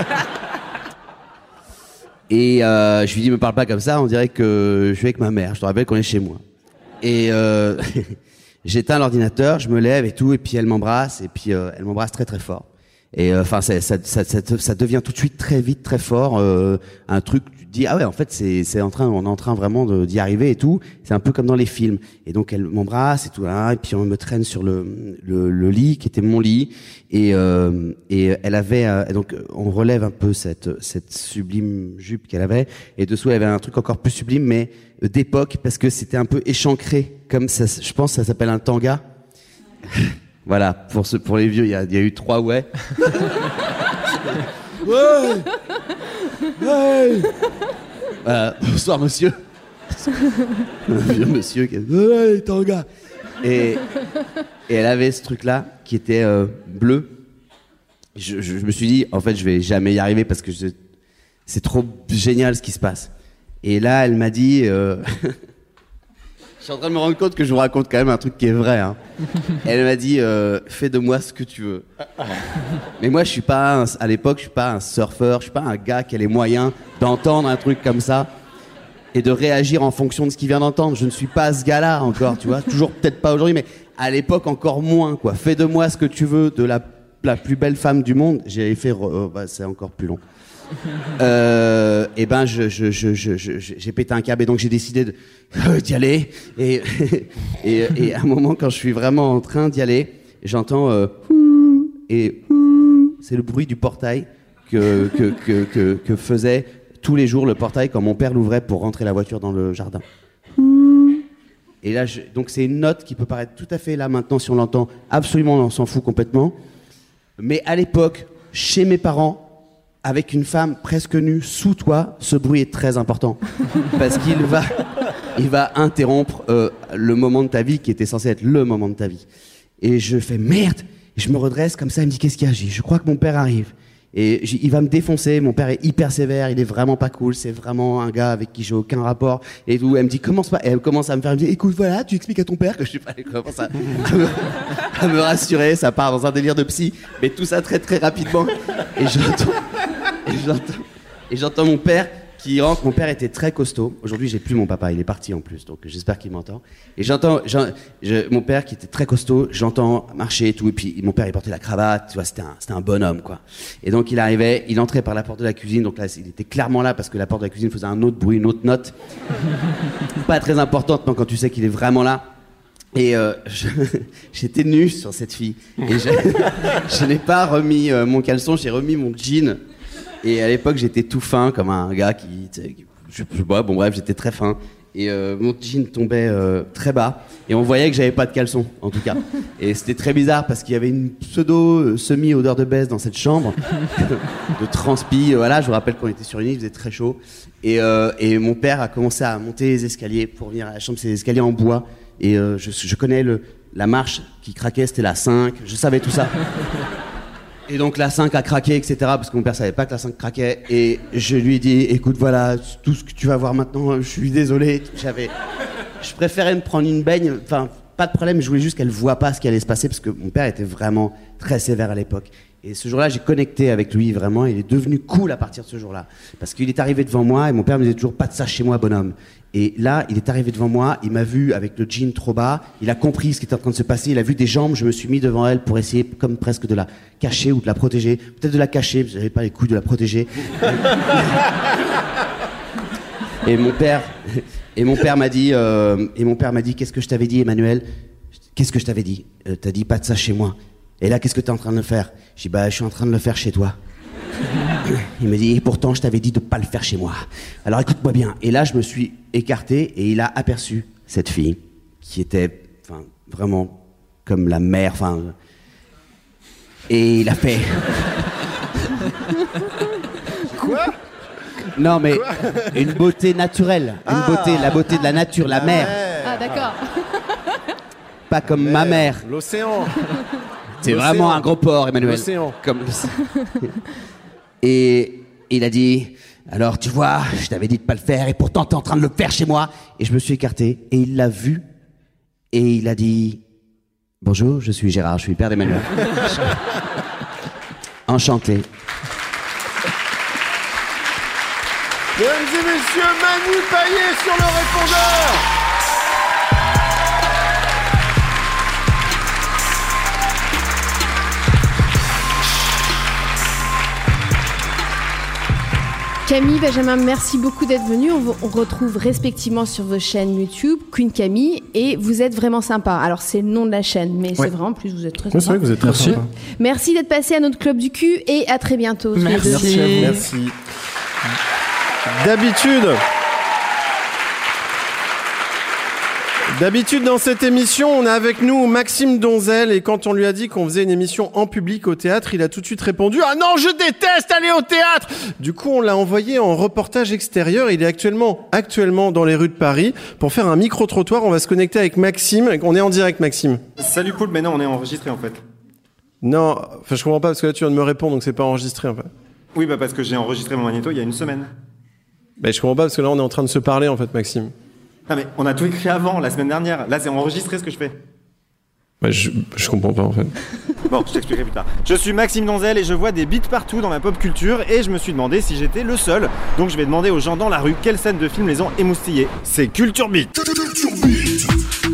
Et euh, je lui dis, me parle pas comme ça, on dirait que je suis avec ma mère. Je te rappelle qu'on est chez moi. Et euh, j'éteins l'ordinateur, je me lève et tout, et puis elle m'embrasse, et puis euh, elle m'embrasse très très fort. Et enfin, euh, ça, ça, ça, ça devient tout de suite très vite, très fort, euh, un truc. Tu te dis ah ouais, en fait, c'est, c'est en train, on est en train vraiment de, d'y arriver et tout. C'est un peu comme dans les films. Et donc elle m'embrasse et tout, hein, et puis on me traîne sur le le, le lit qui était mon lit. Et euh, et elle avait euh, donc on relève un peu cette cette sublime jupe qu'elle avait. Et dessous elle avait un truc encore plus sublime, mais d'époque parce que c'était un peu échancré, comme ça. Je pense que ça s'appelle un tanga. Voilà, pour ce, pour les vieux, il y a, y a eu trois ouais. Ouais. Ouais. Euh, bonsoir monsieur. Un vieux monsieur qui a dit ouais, tanga. Et, et elle avait ce truc-là qui était euh, bleu. Je, je, je me suis dit, en fait, je vais jamais y arriver parce que je, c'est trop génial ce qui se passe. Et là, elle m'a dit. Euh, Je suis en train de me rendre compte que je vous raconte quand même un truc qui est vrai. Hein. Elle m'a dit euh, fais de moi ce que tu veux. Mais moi, je suis pas un, à l'époque, je suis pas un surfeur, je suis pas un gars qui a les moyens d'entendre un truc comme ça et de réagir en fonction de ce qu'il vient d'entendre. Je ne suis pas ce gars-là encore, tu vois. Toujours peut-être pas aujourd'hui, mais à l'époque encore moins. Quoi. Fais de moi ce que tu veux, de la, la plus belle femme du monde. J'ai fait, euh, bah, c'est encore plus long. Euh, et ben je, je, je, je, je, j'ai pété un câble et donc j'ai décidé de, euh, d'y aller et, et, et à un moment quand je suis vraiment en train d'y aller j'entends euh, et c'est le bruit du portail que, que, que, que, que faisait tous les jours le portail quand mon père l'ouvrait pour rentrer la voiture dans le jardin. Et là je, donc c'est une note qui peut paraître tout à fait là maintenant si on l'entend absolument on s'en fout complètement mais à l'époque chez mes parents avec une femme presque nue sous toi, ce bruit est très important parce qu'il va, il va interrompre euh, le moment de ta vie qui était censé être le moment de ta vie. Et je fais merde, et je me redresse comme ça, il me dit qu'est-ce qu'il y a ? Je dis, je crois que mon père arrive. Et il va me défoncer, mon père est hyper sévère, il est vraiment pas cool, c'est vraiment un gars avec qui j'ai aucun rapport. Et tout, elle me dit commence pas, et elle commence à me faire, elle me dit écoute voilà, tu expliques à ton père que je suis pas, elle commence à, à, me, à me rassurer, ça part dans un délire de psy, mais tout ça très très rapidement. Et j'entends, et j'entends, et j'entends mon père qui rentre. Mon père était très costaud. Aujourd'hui, j'ai plus mon papa, il est parti en plus, donc j'espère qu'il m'entend. Et j'entends, j'en, je, mon père qui était très costaud, j'entends marcher et tout, et puis mon père il portait la cravate, tu vois, c'était un, c'était un bonhomme quoi. Et donc il arrivait, il entrait par la porte de la cuisine, donc là il était clairement là parce que la porte de la cuisine faisait un autre bruit, une autre note, pas très importante, mais quand tu sais qu'il est vraiment là. Et euh, je, j'étais nu sur cette fille, et je, je n'ai pas remis euh, mon caleçon, j'ai remis mon jean. Et à l'époque, j'étais tout fin, comme un gars qui... qui je sais pas, bon bref, j'étais très fin. Et euh, mon jean tombait euh, très bas. Et on voyait que j'avais pas de caleçon, en tout cas. Et c'était très bizarre, parce qu'il y avait une pseudo-semi-odeur de baisse dans cette chambre. De transpi, voilà, je vous rappelle qu'on était sur une île, il faisait très chaud. Et, euh, et mon père a commencé à monter les escaliers pour venir à la chambre. C'est des escaliers en bois. Et euh, je, je connais le, la marche qui craquait, c'était la cinq. Je savais tout ça. Et donc la cinq a craqué, et cetera. Parce que mon père savait pas que la cinq craquait. Et je lui ai dit, écoute, voilà, tout ce que tu vas voir maintenant, je suis désolé. J'avais, je préférais me prendre une baigne, enfin, pas de problème, je voulais juste qu'elle voie pas ce qui allait se passer parce que mon père était vraiment très sévère à l'époque. Et ce jour-là, j'ai connecté avec lui vraiment. Il est devenu cool à partir de ce jour-là. Parce qu'il est arrivé devant moi et mon père me disait toujours pas de ça chez moi, bonhomme. Et là, il est arrivé devant moi, il m'a vu avec le jean trop bas, il a compris ce qui était en train de se passer, il a vu des jambes, je me suis mis devant elle pour essayer comme presque de la cacher ou de la protéger. Peut-être de la cacher, parce que j'avais pas les couilles de la protéger. Et mon père, et mon père m'a dit, euh, et mon père m'a dit, qu'est-ce que je t'avais dit, Emmanuel? Qu'est-ce que je t'avais dit? euh, T'as dit pas de ça chez moi. Et là, qu'est-ce que t'es en train de faire? J'ai dit, bah, je suis en train de le faire chez toi. Il me dit, et pourtant, je t'avais dit de pas le faire chez moi. Alors, écoute-moi bien. Et là, je me suis écarté et il a aperçu cette fille qui était, enfin, vraiment comme la mère, enfin. Et il a fait. Quoi? Non, mais Quoi une beauté naturelle. Une ah, beauté, la beauté de la nature, la, la mer. mer. Ah, d'accord. Pas comme mer, ma mère. L'océan. C'est vraiment un gros porc, Emmanuel. L'océan. Comme... Et il a dit, alors tu vois, je t'avais dit de pas le faire et pourtant t'es en train de le faire chez moi. Et je me suis écarté et il l'a vu et il a dit, bonjour, je suis Gérard, je suis le père d'Emmanuel. Enchanté. Mesdames et messieurs, Manu Payet sur le répondeur. Camille, Benjamin, merci beaucoup d'être venus. On vous on retrouve respectivement sur vos chaînes YouTube, Queen Camille, et vous êtes vraiment sympa. Alors, c'est le nom de la chaîne, mais ouais. c'est vrai, en plus, vous êtes très sympa. Oui, c'est vrai que vous êtes très merci. sympa. Merci d'être passé à notre Club du cul et à très bientôt. Merci. Merci à vous. Merci. D'habitude... D'habitude, dans cette émission, on a avec nous Maxime Donzel, et quand on lui a dit qu'on faisait une émission en public au théâtre, il a tout de suite répondu « Ah non, je déteste aller au théâtre !» Du coup, on l'a envoyé en reportage extérieur. Il est actuellement, actuellement dans les rues de Paris pour faire un micro-trottoir. On va se connecter avec Maxime. On est en direct, Maxime. Salut Paul, mais non, on est enregistré en fait. Non, enfin je comprends pas parce que là tu viens de me répondre, donc c'est pas enregistré en fait. Oui, bah parce que j'ai enregistré mon magnéto il y a une semaine. Bah je comprends pas parce que là on est en train de se parler en fait, Maxime. Ah mais on a tout écrit avant, la semaine dernière. Là c'est enregistré ce que je fais. Bah je, je comprends pas en fait. Bon, je t'expliquerai plus tard. Je suis Maxime Donzel et je vois des beats partout dans ma pop culture et je me suis demandé si j'étais le seul. Donc je vais demander aux gens dans la rue quelles scènes de films les ont émoustillés. C'est Culture Beat. Culture Beat.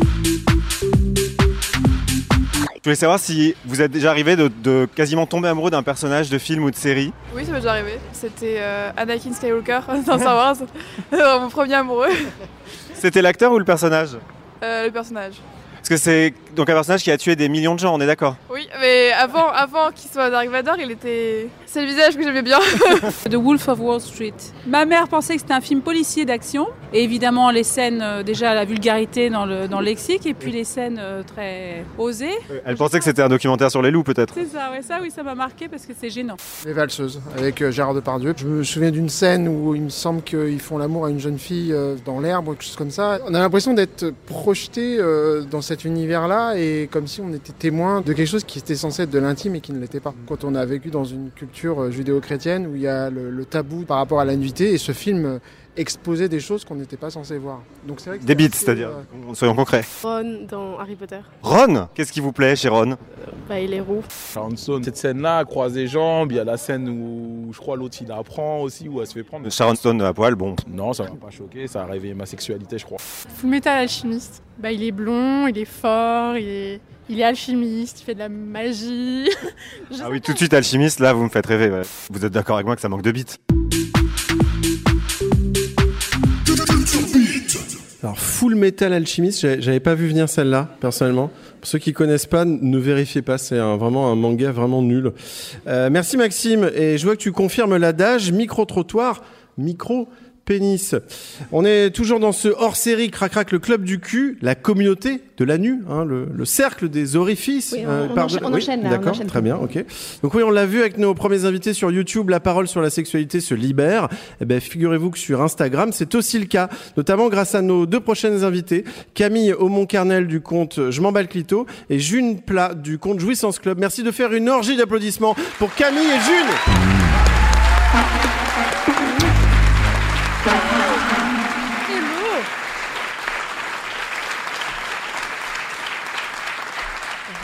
Je voulais savoir si vous êtes déjà arrivé de, de quasiment tomber amoureux d'un personnage de film ou de série. Oui, ça m'est déjà arrivé. C'était euh, Anakin Skywalker dans Star Wars. Mon premier amoureux. C'était l'acteur ou le personnage ? euh, Le personnage. Parce que c'est donc un personnage qui a tué des millions de gens, on est d'accord ? Oui, mais avant, avant qu'il soit Dark Vador, il était... C'est le visage que j'aimais bien. The Wolf of Wall Street. Ma mère pensait que c'était un film policier d'action. Et évidemment, les scènes, euh, déjà la vulgarité dans le, dans le lexique, et puis les scènes euh, très osées. Elle pensait que c'était un documentaire sur les loups, peut-être ? C'est ça, ouais, ça, oui, ça m'a marqué parce que c'est gênant. Les Valseuses, avec euh, Gérard Depardieu. Je me souviens d'une scène où il me semble qu'ils font l'amour à une jeune fille euh, dans l'herbe, ou quelque chose comme ça. On a l'impression d'être projeté euh, dans cet univers-là, et comme si on était témoin de quelque chose qui était censé être de l'intime et qui ne l'était pas. Quand on a vécu dans une culture euh, judéo-chrétienne où il y a le, le tabou par rapport à la nudité, et ce film euh, exposait des choses qu'on n'était pas censé voir. Donc c'est vrai que des beats, c'est-à-dire, euh... soyons concrets. Ron dans Harry Potter. Ron ? Qu'est-ce qui vous plaît chez Ron ? euh, Bah, il est roux. Sharon Stone, cette scène-là, elle croise des jambes, il y a la scène où je crois l'autre il apprend aussi, où elle se fait prendre. Sharon Stone à poil, bon. Non, ça m'a pas choqué, ça a réveillé ma sexualité, je crois. Fullmetal Alchimiste. Bah, il est blond, il est fort, il est... Il est alchimiste, il fait de la magie. Ah oui, tout de suite alchimiste, là vous me faites rêver. Ouais. Vous êtes d'accord avec moi que ça manque de beats ? Alors Full Metal Alchemist, j'avais pas vu venir celle-là personnellement. Pour ceux qui connaissent pas, ne vérifiez pas, c'est un, vraiment un manga vraiment nul. Euh, merci Maxime, et je vois que tu confirmes l'adage micro-trottoir, micro pénis. On est toujours dans ce hors-série Crac-Crac, le club du cul, la communauté de la nu, hein, le, le cercle des orifices. Oui, on, euh, on, encha- de... on enchaîne oui, là. D'accord, on enchaîne très bien, ok. Donc oui, on l'a vu avec nos premiers invités sur YouTube, la parole sur la sexualité se libère. Eh ben, figurez-vous que sur Instagram, c'est aussi le cas, notamment grâce à nos deux prochaines invités, Camille Aumont-Carnel du compte Je m'en bats le clito et June Plat du compte Jouissance Club. Merci de faire une orgie d'applaudissements pour Camille et June.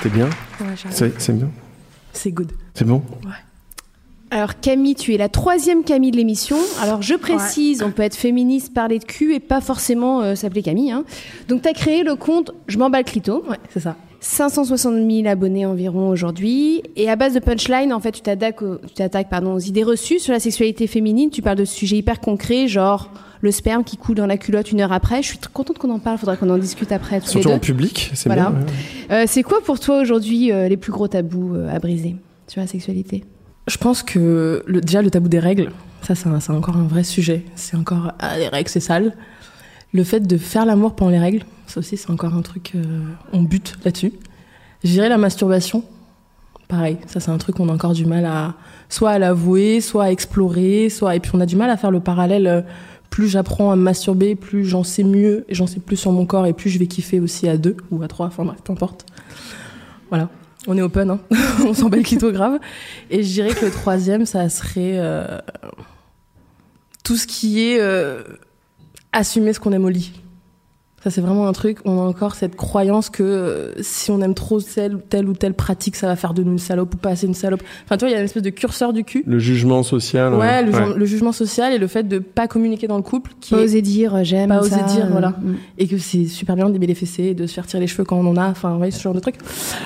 C'est bien. Ouais, j'arrive. C'est, c'est bien. C'est good. C'est bon. Ouais. Alors Camille, tu es la troisième Camille de l'émission. Alors je précise, ouais. on peut être féministe, parler de cul et pas forcément euh, s'appeler Camille. Hein. Donc tu as créé le compte Je m'en bats le clito. Ouais, c'est ça. cinq cent soixante mille abonnés environ aujourd'hui. Et à base de punchline, en fait, tu t'attaques, aux, tu t'attaques pardon, aux idées reçues sur la sexualité féminine. Tu parles de sujets hyper concrets, genre le sperme qui coule dans la culotte une heure après. Je suis très contente qu'on en parle. Faudrait qu'on en discute après. Tous Surtout les deux. En public, c'est voilà. bien. Ouais. Euh, c'est quoi pour toi aujourd'hui euh, les plus gros tabous euh, à briser sur la sexualité ? Je pense que le, déjà le tabou des règles, ça c'est, un, c'est encore un vrai sujet. C'est encore ah, les règles c'est sale. Le fait de faire l'amour pendant les règles, ça aussi c'est encore un truc. Euh, on bute là-dessus. Je dirais la masturbation. Pareil, ça c'est un truc qu'on a encore du mal à soit à l'avouer, soit à explorer, soit et puis on a du mal à faire le parallèle. Euh, plus j'apprends à me masturber, plus j'en sais mieux et j'en sais plus sur mon corps et plus je vais kiffer aussi à deux ou à trois, enfin bref, peu importe. Voilà. On est open, hein. On s'en bat le clito grave. Et je dirais que le troisième, ça serait euh, tout ce qui est euh, assumer ce qu'on aime au lit. Ça, c'est vraiment un truc. On a encore cette croyance que euh, si on aime trop telle, telle ou telle pratique, ça va faire de nous une salope ou pas assez une salope. Enfin, tu vois, il y a une espèce de curseur du cul. Le jugement social. Ouais, ouais. Le, ouais. ju- le jugement social et le fait de pas communiquer dans le couple. Qui pas est... oser dire j'aime pas ça. Pas oser dire, euh... voilà. Mm. Et que c'est super bien de déballer les fessées et de se faire tirer les cheveux quand on en a. Enfin, ouais, ce genre de truc.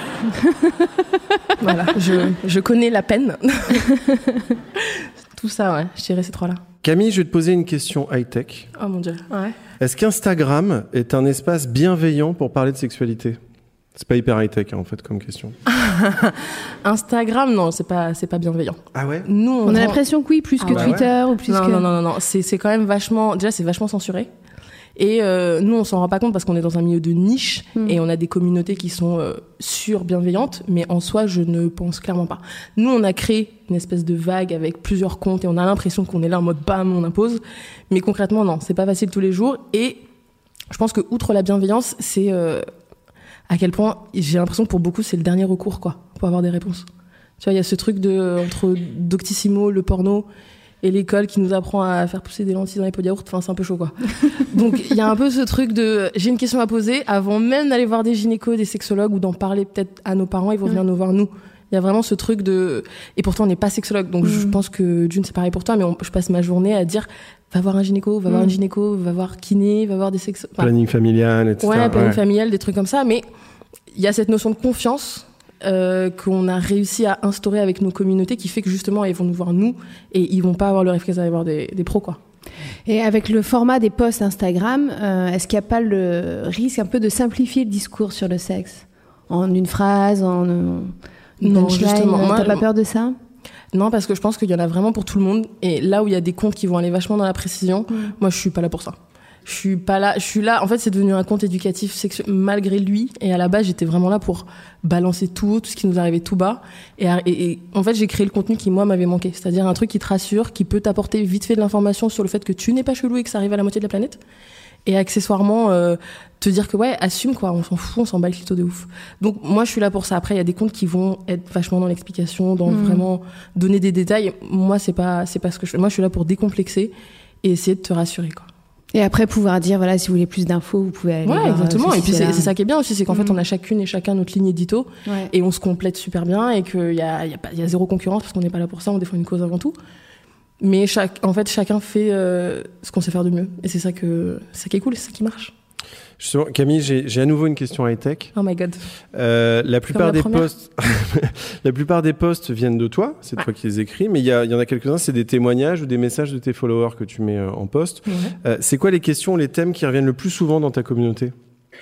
Voilà, je, je connais la peine. Tout ça, ouais, je dirais ces trois-là. Camille, je vais te poser une question high-tech. Oh mon Dieu, ouais. Est-ce qu'Instagram est un espace bienveillant pour parler de sexualité ? C'est pas hyper high-tech, hein, en fait, comme question. Instagram, non, c'est pas, c'est pas bienveillant. Ah ouais ? Nous, on, on a l'impression que oui, plus ah que bah Twitter ouais. ou plus non, que... Non, non, non, non, c'est, c'est quand même vachement... Déjà, c'est vachement censuré. Et euh, nous, on s'en rend pas compte parce qu'on est dans un milieu de niche mmh. et on a des communautés qui sont euh, sur-bienveillantes, mais en soi, je ne pense clairement pas. Nous, on a créé une espèce de vague avec plusieurs comptes et on a l'impression qu'on est là en mode bam, on impose. Mais concrètement, non, c'est pas facile tous les jours. Et je pense que outre la bienveillance, c'est euh, à quel point j'ai l'impression que pour beaucoup, c'est le dernier recours, quoi, pour avoir des réponses. Tu vois, il y a ce truc de entre Doctissimo, le porno et l'école qui nous apprend à faire pousser des lentilles dans les pots de yaourt, enfin c'est un peu chaud quoi. Donc il y a un peu ce truc de j'ai une question à poser avant même d'aller voir des gynécos, des sexologues ou d'en parler peut-être à nos parents, ils vont venir mmh. nous voir nous. Il y a vraiment ce truc de et pourtant on n'est pas sexologue donc mmh. je pense que June c'est pareil pour toi mais on... je passe ma journée à dire va voir un gynéco, va mmh. voir une gynéco, va voir kiné, va voir des sexo enfin, planning familial et cetera. Ouais, planning ouais. familial, des trucs comme ça mais il y a cette notion de confiance Euh, qu'on a réussi à instaurer avec nos communautés qui fait que justement ils vont nous voir nous et ils vont pas avoir le réflexe d'aller voir des, des pros quoi. Et avec le format des posts Instagram, euh, est-ce qu'il n'y a pas le risque un peu de simplifier le discours sur le sexe en une phrase, en une non, punchline? Justement, t'as pas peur de ça? Non, parce que je pense qu'il y en a vraiment pour tout le monde et là où il y a des comptes qui vont aller vachement dans la précision, mmh. moi je suis pas là pour ça. Je suis pas là, je suis là, en fait c'est devenu un compte éducatif sexuel malgré lui et à la base j'étais vraiment là pour balancer tout haut, tout ce qui nous arrivait tout bas et, et, et en fait j'ai créé le contenu qui moi m'avait manqué, c'est-à-dire un truc qui te rassure, qui peut t'apporter vite fait de l'information sur le fait que tu n'es pas chelou et que ça arrive à la moitié de la planète et accessoirement euh, te dire que ouais assume quoi, on s'en fout, on s'en bat le clito de ouf. Donc moi je suis là pour ça. Après il y a des comptes qui vont être vachement dans l'explication, dans mmh. vraiment donner des détails. Moi c'est pas c'est pas ce que je fais. Moi je suis là pour décomplexer et essayer de te rassurer quoi. Et après, pouvoir dire, voilà, si vous voulez plus d'infos, vous pouvez aller ouais, voir... Ouais, exactement. Et puis, c'est, c'est ça qui est bien aussi, c'est qu'en mmh. fait, on a chacune et chacun notre ligne édito. Ouais. Et on se complète super bien et qu'il y a, y a, pas, y a zéro concurrence parce qu'on n'est pas là pour ça, on défend une cause avant tout. Mais chaque, en fait, chacun fait euh, ce qu'on sait faire de mieux. Et c'est ça, que, c'est ça qui est cool, c'est ça qui marche. Justement, Camille, j'ai, j'ai à nouveau une question high-tech. Oh my god. Euh, la plupart la des première. posts, la plupart des posts viennent de toi, c'est ouais. toi qui les écris, mais il y, y en a quelques-uns, c'est des témoignages ou des messages de tes followers que tu mets euh, en post. Ouais. Euh, c'est quoi les questions, les thèmes qui reviennent le plus souvent dans ta communauté ?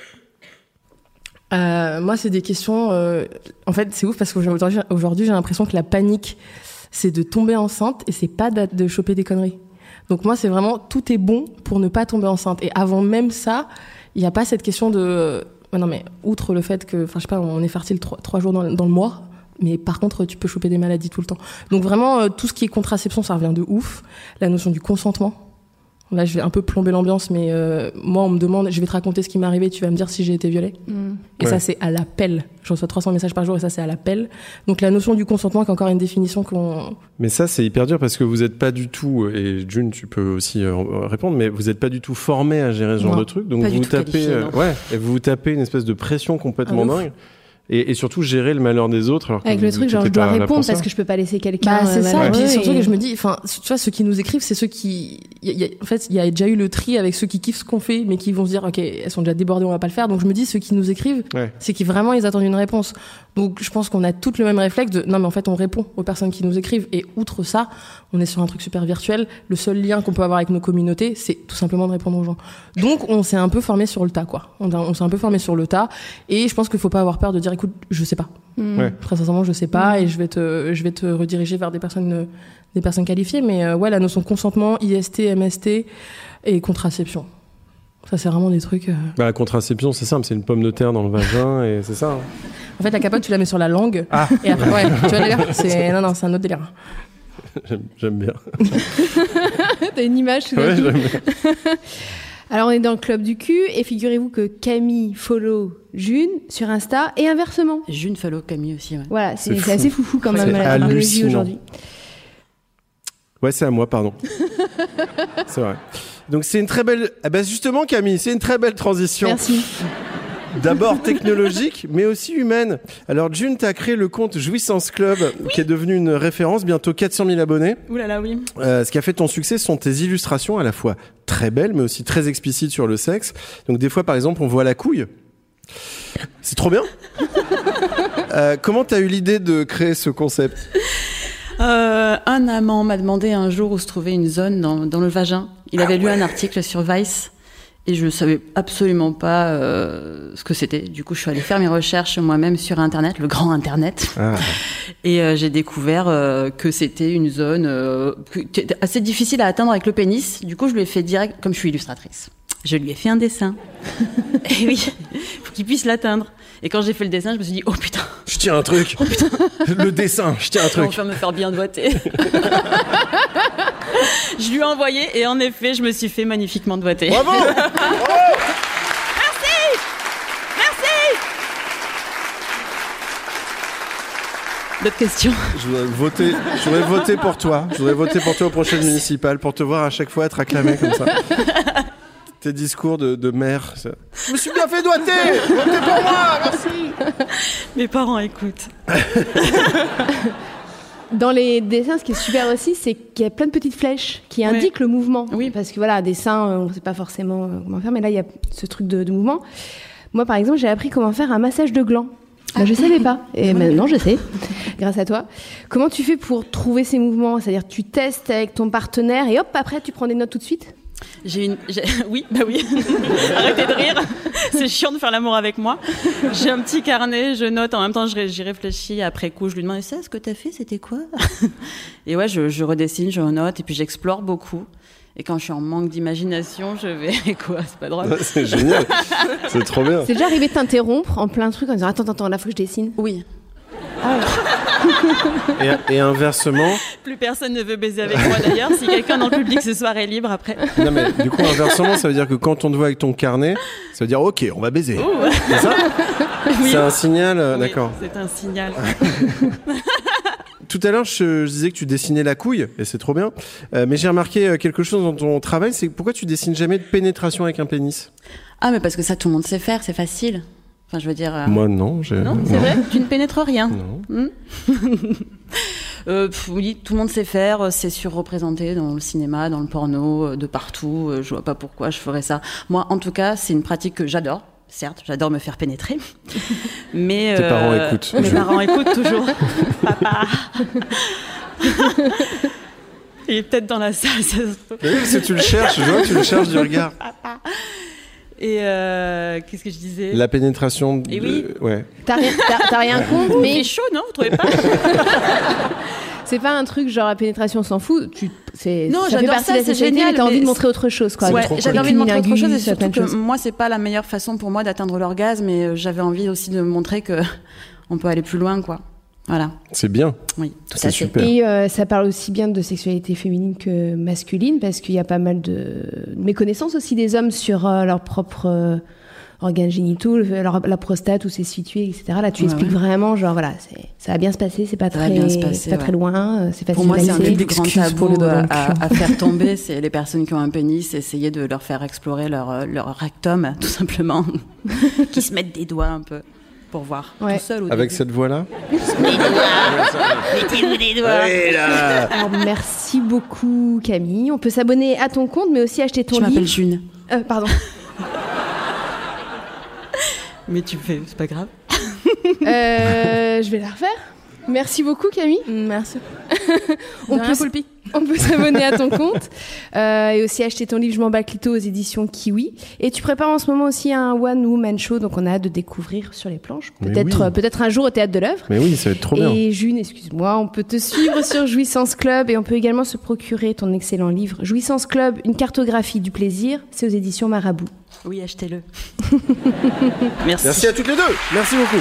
euh, Moi, c'est des questions. Euh, en fait, c'est ouf parce qu'aujourd'hui, aujourd'hui, j'ai l'impression que la panique, c'est de tomber enceinte et c'est pas de, de choper des conneries. Donc moi, c'est vraiment tout est bon pour ne pas tomber enceinte. Et avant même ça. Il n'y a pas cette question de... Euh, non, mais outre le fait que, enfin, je sais pas, on est fertile trois, trois jours dans, dans le mois, mais par contre, tu peux choper des maladies tout le temps. Donc vraiment, euh, tout ce qui est contraception, ça revient de ouf. La notion du consentement. Là, je vais un peu plomber l'ambiance, mais euh, moi, on me demande, je vais te raconter ce qui m'est arrivé, tu vas me dire si j'ai été violée. Mmh. Et ouais. ça, c'est à l'appel. Je reçois trois cents messages par jour et ça, c'est à l'appel. Donc la notion du consentement, qui est encore une définition qu'on... Mais ça, c'est hyper dur parce que vous n'êtes pas du tout, et June, tu peux aussi euh, répondre, mais vous n'êtes pas du tout formé à gérer ce genre non, de truc. Donc pas vous du tout tapez, qualifié, euh, ouais, et vous tapez une espèce de pression complètement ah, dingue. Et, et surtout gérer le malheur des autres. Alors Avec que le truc, genre, je dois répondre parce que je peux pas laisser quelqu'un. Bah, c'est euh, ça. Et puis malheureux surtout et... que je me dis, enfin, tu vois, ceux qui nous écrivent, c'est ceux qui, y a, y a, en fait, il y a déjà eu le tri avec ceux qui kiffent ce qu'on fait, mais qui vont se dire, ok, elles sont déjà débordées, on va pas le faire. Donc je me dis, ceux qui nous écrivent, ouais. c'est qu'ils vraiment ils attendent une réponse. Donc je pense qu'on a toutes le même réflexe de, non mais en fait, on répond aux personnes qui nous écrivent. Et outre ça, on est sur un truc super virtuel. Le seul lien qu'on peut avoir avec nos communautés, c'est tout simplement de répondre aux gens. Donc on s'est un peu formé sur le tas, quoi. On, on s'est un peu formé sur le tas. Et je pense qu'il faut pas avoir peur de dire, écoute, je sais pas. Ouais. Très sincèrement, je sais pas, et je vais te, je vais te rediriger vers des personnes, des personnes qualifiées. Mais euh, ouais, la notion consentement, I S T, M S T et contraception. Ça, c'est vraiment des trucs. Euh... Bah, la contraception, c'est simple, c'est une pomme de terre dans le vagin et c'est ça. Hein. En fait, la capote, tu la mets sur la langue. Ah. Et après, ouais, tu vois le délire. C'est non, non, c'est un autre délire. J'aime, j'aime bien. T'as une image tout ouais, d'un coup. j'aime bien. Alors on est dans le club du cul et figurez-vous que Camille follow June sur Insta et inversement. June follow Camille aussi. Ouais. Voilà, c'est, c'est, c'est assez foufou quand c'est même la technologie aujourd'hui. Ouais, c'est à moi, pardon. C'est vrai. Donc c'est une très belle. Ah bah justement Camille, c'est une très belle transition. Merci. D'abord technologique, mais aussi humaine. Alors June, t'as créé le compte Jouissance Club, oui. qui est devenu une référence, bientôt quatre cent mille abonnés. Ouh là là, oui. Euh, ce qui a fait ton succès, ce sont tes illustrations à la fois très belles, mais aussi très explicites sur le sexe. Donc des fois, par exemple, on voit la couille. C'est trop bien. euh, comment t'as eu l'idée de créer ce concept ? Euh, un amant m'a demandé un jour où se trouvait une zone dans, dans le vagin. Il avait ah, lu ouais. un article sur Vice et je ne savais absolument pas euh, ce que c'était. Du coup, je suis allée faire mes recherches moi-même sur Internet, le grand Internet. Ah. Et euh, j'ai découvert euh, que c'était une zone euh, assez difficile à atteindre avec le pénis. Du coup, je lui ai fait direct, comme je suis illustratrice, je lui ai fait un dessin. Et oui, faut qu'il puisse l'atteindre. Et quand j'ai fait le dessin, je me suis dit, oh putain. Je tiens un truc. Oh putain. Le dessin, je tiens un truc. Je vais me faire bien doigter. Je lui ai envoyé et en effet, je me suis fait magnifiquement doigter. Bravo. Bravo. Merci. Merci. D'autres questions ? Je voudrais voter, je voudrais voter pour toi. Je voudrais voter pour toi aux prochaines municipales pour te voir à chaque fois être acclamé comme ça. Tes discours de, de mère. Ça... Je me suis bien fait doigter. Votez pour moi, merci. Mes parents écoutent. Dans les dessins, ce qui est super aussi, c'est qu'il y a plein de petites flèches qui indiquent oui. le mouvement. Oui. Parce que voilà, des seins, on ne sait pas forcément comment faire, mais là, il y a ce truc de, de mouvement. Moi, par exemple, j'ai appris comment faire un massage de gland. Ben, je savais pas. Et maintenant, je sais, grâce à toi. Comment tu fais pour trouver ces mouvements ? C'est-à-dire, tu testes avec ton partenaire et hop, après, tu prends des notes tout de suite ? J'ai une, j'ai... Oui, bah oui. Arrêtez de rire. C'est chiant de faire l'amour avec moi. J'ai un petit carnet, je note. En même temps, j'y réfléchis. Après coup, je lui demande, ça, ce que t'as fait, c'était quoi ? Et ouais, je, je redessine, je note, et puis j'explore beaucoup. Et quand je suis en manque d'imagination, je vais quoi ? C'est pas drôle. C'est génial. C'est trop bien. C'est déjà arrivé de t'interrompre en plein truc en disant, attends, attends, là, faut que je dessine. Oui. Ah ouais. et, et inversement. Plus personne ne veut baiser avec moi d'ailleurs. Si quelqu'un dans le public ce soir est libre après. Non mais du coup inversement, ça veut dire que quand on te voit avec ton carnet, ça veut dire ok, on va baiser. Ouh. C'est ça ? Oui. C'est un signal, oui, d'accord. C'est un signal. Tout à l'heure, je, je disais que tu dessinais la couille, et c'est trop bien. Euh, mais j'ai remarqué quelque chose dans ton travail, c'est pourquoi tu dessines jamais de pénétration avec un pénis ? Ah mais parce que ça, tout le monde sait faire, c'est facile. Enfin, je veux dire. Euh... Moi, non. J'ai... Non, c'est non. vrai. Tu ne pénètres rien. Non. Mmh. euh, pff, oui, tout le monde sait faire. C'est surreprésenté dans le cinéma, dans le porno, de partout. Je vois pas pourquoi je ferais ça. Moi, en tout cas, c'est une pratique que j'adore. Certes, j'adore me faire pénétrer. Mais tes euh... parents écoutent. Mes parents écoutent toujours. Papa. Il est peut-être dans la salle. Ça se oui, parce que tu le cherches. Je vois que tu le cherches du regard. Papa. Et euh, qu'est-ce que je disais ? La pénétration. De... Et oui. Ouais. T'as rien, t'as, t'as rien contre, mais. Il fait chaud, non ? Vous trouvez pas ? C'est pas un truc genre la pénétration, on s'en fout. Tu, c'est, non, ça fait partie ça, de la c'est sexualité, génial. Mais t'as envie de montrer autre chose, quoi. Ouais, j'avais envie de montrer autre chose, et surtout que choses. moi, c'est pas la meilleure façon pour moi d'atteindre l'orgasme, mais j'avais envie aussi de montrer que on peut aller plus loin, quoi. Voilà. C'est bien. Oui, tout c'est à fait. Super. Et euh, ça parle aussi bien de sexualité féminine que masculine, parce qu'il y a pas mal de méconnaissance aussi des hommes sur euh, leur propre euh, organes génitaux, leur, la prostate où c'est situé, et cetera. Là, tu ouais, expliques ouais. vraiment, genre voilà, c'est, ça va bien se passer, c'est pas ça très, passer, c'est pas ouais. très loin, c'est facile. Pour moi, à c'est un des plus grands tabous à, à, à faire tomber, c'est les personnes qui ont un pénis, essayer de leur faire explorer leur, leur rectum, tout simplement, qui se mettent des doigts un peu. pour voir, Ouais. tout seul au Avec début. cette voix-là. Mettez-vous des doigts. Oui, là. Alors, merci beaucoup, Camille. On peut s'abonner à ton compte, mais aussi acheter ton Je livre. m'appelle June. Euh, pardon. Mais tu fais, c'est pas grave. Euh, je vais la refaire. Merci beaucoup, Camille. Merci. on, De rien, peut, Poulpi. on peut s'abonner à ton compte euh, et aussi acheter ton livre Je m'en bats Clito aux éditions Kiwi. Et tu prépares en ce moment aussi un One Woman Show, donc on a hâte de découvrir sur les planches. Mais Peut-être oui. euh, peut-être un jour au Théâtre de l'Œuvre. Mais oui, ça va être trop bien. Et June, excuse-moi, on peut te suivre sur Jouissance Club et on peut également se procurer ton excellent livre Jouissance Club, une cartographie du plaisir. C'est aux éditions Marabout. Oui, achetez-le. Merci. Merci à toutes les deux. Merci beaucoup.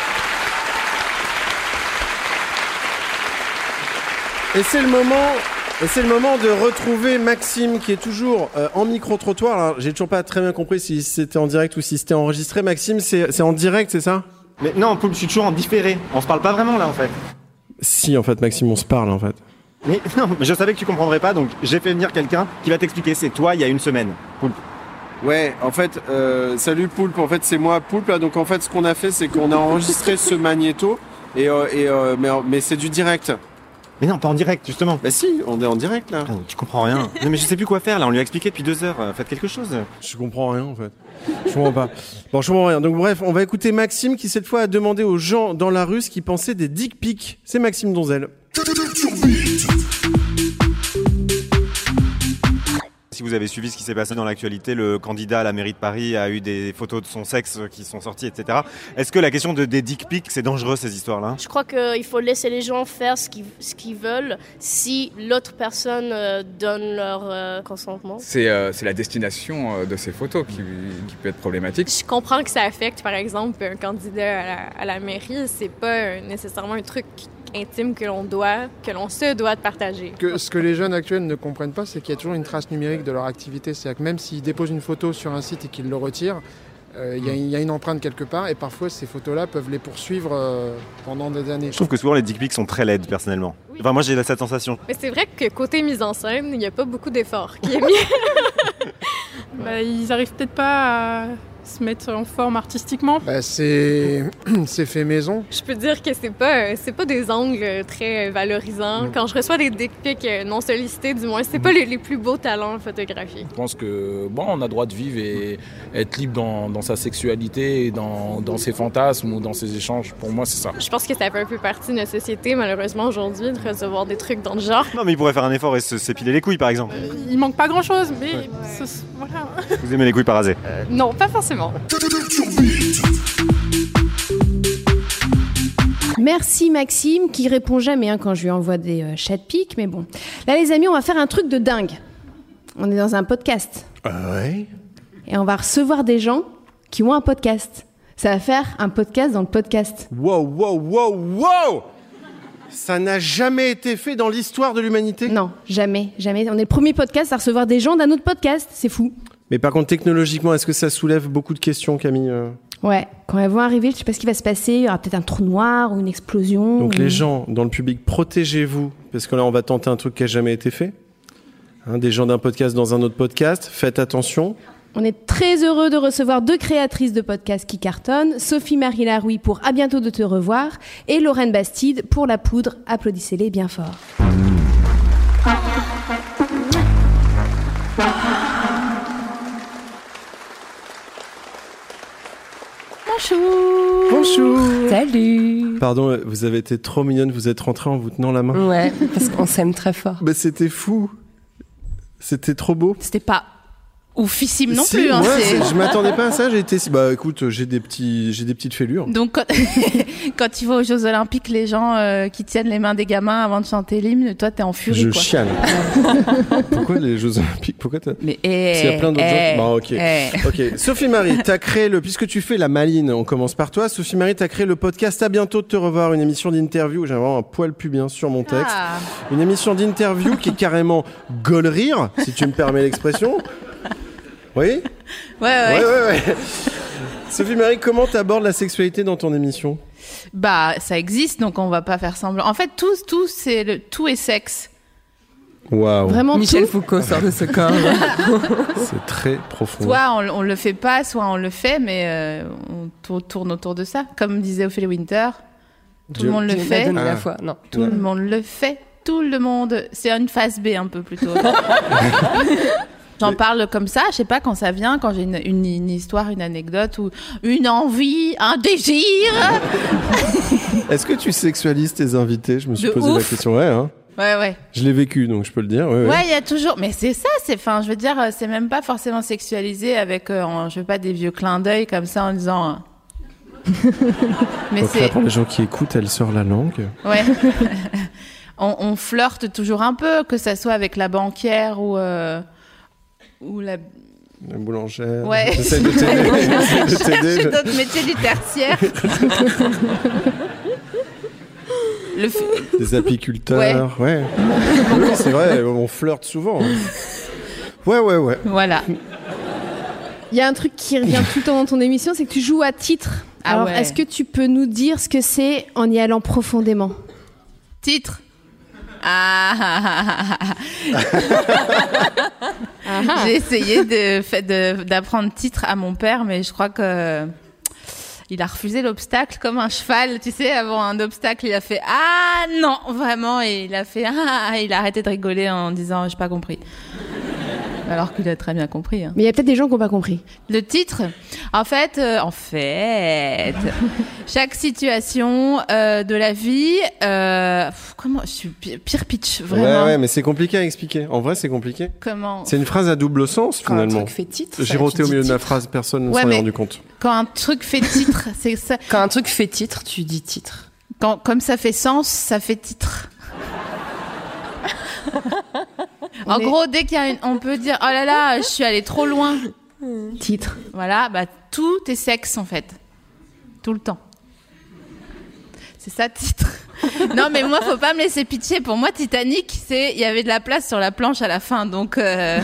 Et c'est le moment, et c'est le moment de retrouver Maxime qui est toujours euh, en micro-trottoir. Alors, j'ai toujours pas très bien compris si c'était en direct ou si c'était enregistré. Maxime, c'est, c'est en direct, c'est ça? Mais non, Poulpe, je suis toujours en différé. On se parle pas vraiment là en fait. Si, en fait, Maxime, on se parle en fait. Mais non, mais je savais que tu comprendrais pas, donc j'ai fait venir quelqu'un qui va t'expliquer. C'est toi il y a une semaine, Poulpe. Ouais, en fait, euh, salut Poulpe. En fait, c'est moi Poulpe. Là. Donc en fait, ce qu'on a fait, c'est qu'on a enregistré ce magnéto et, euh, et euh, mais, mais c'est du direct. Mais non, pas en direct, justement. Bah si, on est en direct là. Ah, tu comprends rien. Non, mais je sais plus quoi faire là. On lui a expliqué depuis deux heures. Euh, Faites quelque chose. Je comprends rien en fait. Je comprends pas. Bon, je comprends rien. Donc bref, on va écouter Maxime qui cette fois a demandé aux gens dans la rue ce qu'ils pensaient des dick pics. C'est Maxime Donzel. Si vous avez suivi ce qui s'est passé dans l'actualité, le candidat à la mairie de Paris a eu des photos de son sexe qui sont sorties, et cetera. Est-ce que la question de, des dick pics, c'est dangereux ces histoires-là? Je crois qu'il faut laisser les gens faire ce qu'ils, ce qu'ils veulent si l'autre personne euh, donne leur euh, consentement. C'est, euh, c'est la destination euh, de ces photos qui, qui peut être problématique. Je comprends que ça affecte, par exemple, un candidat à la, à la mairie. C'est pas euh, nécessairement un truc intime que l'on doit, que l'on se doit de partager. Que, ce que les jeunes actuels ne comprennent pas, c'est qu'il y a toujours une trace numérique de leur activité. C'est-à-dire que même s'ils déposent une photo sur un site et qu'ils le retirent, euh, il y, y a une empreinte quelque part et parfois ces photos-là peuvent les poursuivre euh, pendant des années. Je trouve que souvent les dick pics sont très laides personnellement. Oui. Enfin moi j'ai cette sensation. Mais c'est vrai que côté mise en scène, il n'y a pas beaucoup d'efforts qui est mis. Bah, ils arrivent peut-être pas à se mettre en forme artistiquement. Bah, c'est... c'est fait maison. Je peux dire que c'est pas, c'est pas des angles très valorisants. Non. Quand je reçois des dick pics non sollicités, du moins, c'est pas les, les plus beaux talents en photographie. Je pense que bon, on a droit de vivre et être libre dans, dans sa sexualité, et dans, dans ses fantasmes ou dans ses échanges. Pour moi, c'est ça. Je pense que ça fait un peu partie de notre société, malheureusement, aujourd'hui, de recevoir des trucs dans le genre. Non mais il pourrait faire un effort et se s'épiler les couilles par exemple. Euh, il manque pas grand-chose, mais ouais. ce, voilà. Vous aimez les couilles parasées? Euh, non, pas forcément. Merci Maxime qui répond jamais hein, quand je lui envoie des euh, chat pics, mais bon. Là les amis, on va faire un truc de dingue. On est dans un podcast. Ah ouais. Et on va recevoir des gens qui ont un podcast. Ça va faire un podcast dans le podcast. Wow, wow, wow, wow! Ça n'a jamais été fait dans l'histoire de l'humanité? Non, jamais, jamais. On est le premier podcast à recevoir des gens d'un autre podcast. C'est fou. Mais par contre, technologiquement, est-ce que ça soulève beaucoup de questions, Camille? Ouais, quand elles vont arriver, je sais pas ce qui va se passer. Il y aura peut-être un trou noir ou une explosion. Donc ou... les gens dans le public, protégez-vous, parce que là, on va tenter un truc qui n'a jamais été fait. Hein, des gens d'un podcast dans un autre podcast, faites attention. On est très heureux de recevoir deux créatrices de podcasts qui cartonnent, Sophie-Marie Larouille pour À bientôt de te revoir et Lorraine Bastide pour La Poudre. Applaudissez-les bien fort. Bonjour. Bonjour. Salut. Pardon, vous avez été trop mignonne, vous êtes rentrée en vous tenant la main. Ouais, parce qu'on s'aime très fort. Mais c'était fou. C'était trop beau. C'était pas oufissime non si, plus. Hein, moi, c'est... je m'attendais pas à ça. J'ai été, bah écoute, j'ai des petits, j'ai des petites fêlures. Donc quand, quand tu vas aux Jeux Olympiques, les gens euh, qui tiennent les mains des gamins avant de chanter l'hymne, toi t'es en furie. Je quoi. chiale. Pourquoi les Jeux Olympiques? Pourquoi t'as... Mais eh, S'il y a plein d'autres eh, gens. Bon, ok. Eh. Ok. Sophie-Marie, t'as créé le, puisque tu fais la maline, on commence par toi. Sophie-Marie, t'as créé le podcast À bientôt de te revoir, une émission d'interview. J'ai vraiment un poil pubien sur mon texte. Ah. Une émission d'interview qui est carrément gaulerie, si tu me permets l'expression. Oui? Ouais, ouais. ouais, ouais, ouais. Sophie-Marie, comment t'abordes la sexualité dans ton émission? Bah, ça existe, donc on va pas faire semblant. En fait, tout, tout, c'est le, tout est sexe. Waouh. Vraiment Michel tout. Foucault sort de ce corps. C'est très profond. Soit on, on le fait pas, soit on le fait, mais euh, on on tour- tourne autour de ça. Comme disait Ophélie Winter, tout Dieu. le monde le Dieu fait. m'a donné la Ah. foi. Non. Tout le monde le fait. Tout le monde. C'est une phase B un peu plutôt. J'en parle comme ça, je sais pas, quand ça vient, quand j'ai une, une, une histoire, une anecdote ou une envie, un désir. Est-ce que tu sexualises tes invités? Je me suis De posé la ouf. question. Ouais, hein. Ouais, ouais. Je l'ai vécu, donc je peux le dire. Ouais, ouais. Ouais, il y a toujours. Mais c'est ça, c'est. Enfin, je veux dire, c'est même pas forcément sexualisé avec, euh, en- je veux pas, des vieux clins d'œil comme ça en disant. euh. Mais Donc là, c'est. pour les gens qui écoutent, elle sort la langue. Ouais. on, on flirte toujours un peu, que ça soit avec la banquière ou. Euh, ou la. La boulangère. Ouais. J'essaie de t'aider. J'essaie de t'aider. Chercher d'autres métiers du tertiaire. Le f- Des apiculteurs. Ouais. Oui, c'est vrai, on flirte souvent. Ouais, ouais, ouais. Voilà. Il y a un truc qui revient tout le temps dans ton émission, c'est que tu joues à titre. Ah Alors, ouais. est-ce que tu peux nous dire ce que c'est en y allant profondément? Titre. Ah, ah, ah, ah, ah. J'ai essayé de, fait- de- d'apprendre titre à mon père, mais je crois que il a refusé l'obstacle comme un cheval. Tu sais, avant un obstacle, il a fait ah non, vraiment, et il a fait ah, il a arrêté de rigoler en disant j'ai pas compris. Alors qu'il a très bien compris. Hein. Mais il y a peut-être des gens qui n'ont pas compris. Le titre, en fait, euh, en fait, chaque situation euh, de la vie, euh, pff, comment, je suis pi- pire pitch, vraiment. Ouais, ouais, mais c'est compliqué à expliquer. En vrai, c'est compliqué. Comment C'est une phrase à double sens, Quand un finalement. truc fait titre, J'ai ça, roté tu au dis milieu de ma titre. phrase, personne ne Ouais, s'en est mais- rendu compte. Quand un truc fait titre, c'est ça. Quand un truc fait titre, tu dis titre. Quand, comme ça fait sens, ça fait titre. En est- gros, dès qu'il y a une, on peut dire, oh là là, je suis allée trop loin. Titre. Voilà, bah, tout est sexe, en fait. Tout le temps. C'est ça, titre. Non, mais moi, faut pas me laisser pitcher. Pour moi, Titanic, c'est, il y avait de la place sur la planche à la fin, donc, euh...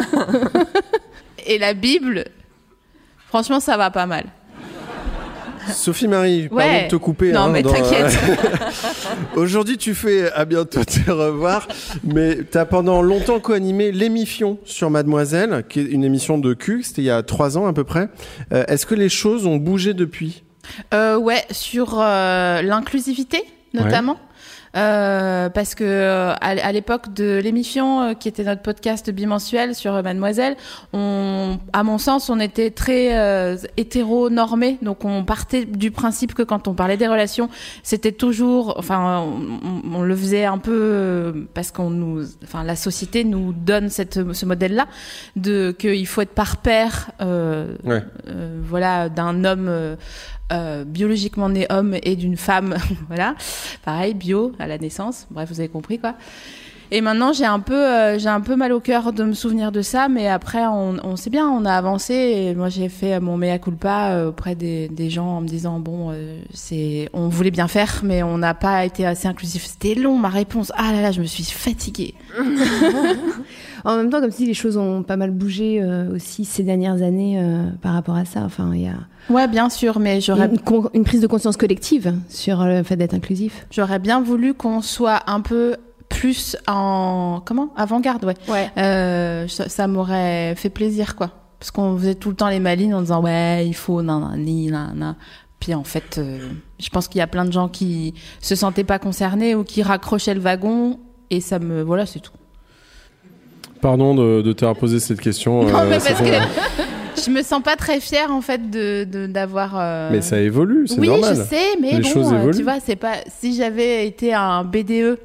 Et la Bible, franchement, ça va pas mal. Sophie Marie, pardon Ouais. de te couper. Non, hein, mais dans- t'inquiète. Aujourd'hui, tu fais à bientôt te revoir, mais tu as pendant longtemps co-animé l'émission sur Mademoiselle, qui est une émission de cul, c'était il y a trois ans à peu près. Euh, Est-ce que les choses ont bougé depuis? Euh, ouais, sur euh, l'inclusivité notamment. Euh, parce que euh, à, à l'époque de l'émission euh, qui était notre podcast bimensuel sur euh, Mademoiselle, on, à mon sens, on était très euh, hétéro-normé, donc on partait du principe que quand on parlait des relations, c'était toujours, enfin, on, on le faisait un peu euh, parce qu'on nous, enfin, la société nous donne cette, ce modèle-là de qu'il faut être par pair, euh, Ouais. euh, voilà, d'un homme. Euh, Euh, biologiquement né homme et d'une femme, voilà, pareil, bio à la naissance, bref, vous avez compris quoi. Et maintenant, j'ai un peu, euh, j'ai un peu mal au cœur de me souvenir de ça, mais après, on, on sait bien, on a avancé. Et moi, j'ai fait mon mea culpa euh, auprès des, des gens en me disant bon, euh, c'est, on voulait bien faire, mais on n'a pas été assez inclusif. C'était long, ma réponse. Ah là là, je me suis fatiguée. En même temps, comme si les choses ont pas mal bougé euh, aussi ces dernières années euh, par rapport à ça. Enfin, il y a Ouais, bien sûr, mais j'aurais une, con- une prise de conscience collective sur le fait d'être inclusif. J'aurais bien voulu qu'on soit un peu plus en comment avant-garde, ouais. Ouais. Euh, ça, ça m'aurait fait plaisir, quoi. Parce qu'on faisait tout le temps les malines en disant ouais, il faut nan nan ni nan nan. Puis en fait, euh, je pense qu'il y a plein de gens qui se sentaient pas concernés ou qui raccrochaient le wagon et ça me voilà, c'est tout. Pardon de, de t'avoir posé cette question. Non, euh, mais parce Sophie. que je me sens pas très fière en fait de de- d'avoir. euh, Mais ça évolue, c'est oui, normal. je sais, mais Les bon, choses euh, évoluent. tu vois, c'est pas. Si j'avais été un B D E.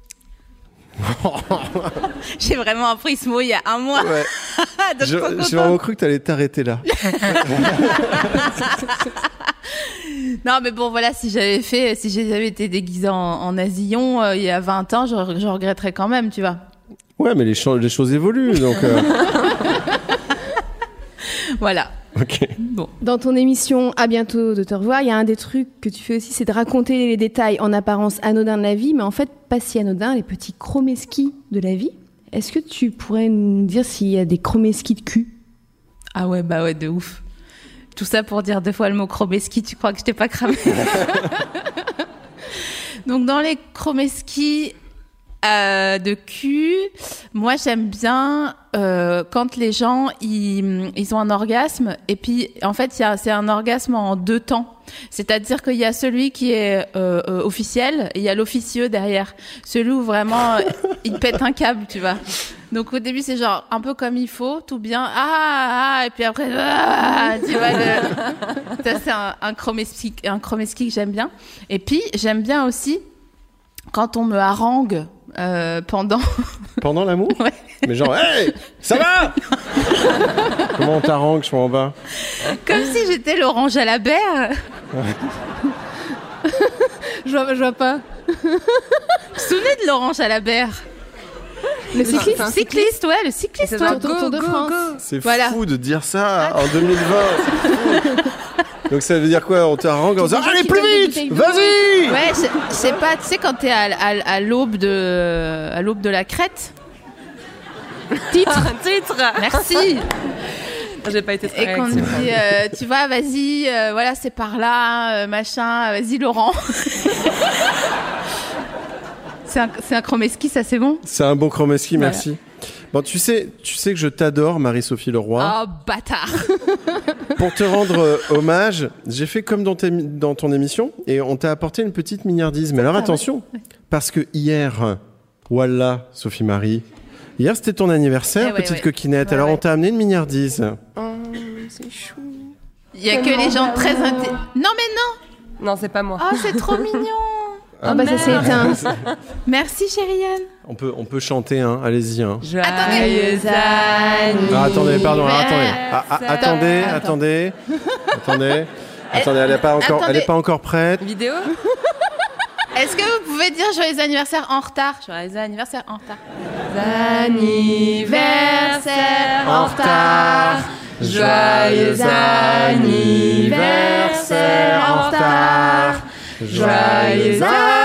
J'ai vraiment appris ce mot il y a un mois. Ouais. Donc, Je- trop J'ai contente. vraiment cru que t'allais t'arrêter là. Non, mais bon, voilà, si j'avais fait, si j'avais été déguisée en, en asillon euh, il y a vingt ans, je, je regretterais quand même, tu vois. Ouais, mais les, cho- les choses évoluent, donc. euh, Voilà. Ok. Bon. Dans ton émission À bientôt de te revoir, il y a un des trucs que tu fais aussi, c'est de raconter les détails en apparence anodins de la vie, mais en fait pas si anodins, les petits chromesquis de la vie. Est-ce que tu pourrais nous dire s'il y a des chromesquis de cul? Ah ouais, bah ouais, de ouf. Tout ça pour dire deux fois le mot chromeski, tu crois que je t'ai pas cramé? Donc dans les chromesquis euh, de cul, Moi, j'aime bien euh, quand les gens ils, ils ont un orgasme et puis en fait, il y a, c'est un orgasme en deux temps. C'est-à-dire qu'il y a celui qui est euh, euh, officiel et il y a l'officieux derrière. Celui où vraiment euh, il pète un câble, tu vois. Donc au début, c'est genre un peu comme il faut, tout bien, ah, ah et puis après, ah, tu vois. Le... Ça, c'est un, un chromeski, un chromeski que j'aime bien. Et puis j'aime bien aussi quand on me harangue. Euh, pendant pendant l'amour ouais. Mais genre hey ça va comment on t'arrange je m'en bas comme si j'étais Laurent Jalabert. je, vois, je vois pas. Vous vous souvenez de Laurent Jalabert? Le cycliste, cycliste, cycliste, ouais, le cycliste, ouais. Tour, tour, tour de France. C'est voilà. Fou de dire ça en deux mille vingt. Donc ça veut dire quoi? On t'arrange en disant allez plus vite, vas-y. Ouais, je sais pas, tu sais quand t'es à, à, à l'aube de à l'aube de la crête. Titre, titre. Merci. J'ai pas été très Et qu'on dit, euh, tu vois, vas-y, euh, voilà, c'est par là, euh, machin, vas-y Laurent. c'est un, c'est un chromeski, ça c'est bon. C'est un bon chromeski, voilà. Merci. Bon, tu sais, tu sais que je t'adore, Marie-Sophie Leroy. Oh, bâtard. Pour te rendre euh, hommage, j'ai fait comme dans, tes, dans ton émission et on t'a apporté une petite mignardise. Mais alors attention, parce que hier, voilà, Sophie Marie, hier c'était ton anniversaire, eh ouais, petite ouais. coquinette. Ouais, alors ouais. on t'a amené une mignardise. Oh, c'est chou. Il y a que les gens très inté... Non mais non. Non, c'est pas moi. Oh, c'est trop mignon. Ah oh, bah ça s'est éteint. Merci chérie Anne. On peut, on peut chanter, hein. Allez-y. Hein. Joyeux anniversaire. Ah, attendez, pardon, alors, attendez. Ah, ah, attendez, Attends. attendez, attendez. Attendez, elle n'est pas encore, elle est pas encore prête. Vidéo. Est-ce que vous pouvez dire joyeux anniversaire en retard? Joyeux anniversaire en retard. Anniversaire en retard. Joyeux anniversaire en retard. Joyeux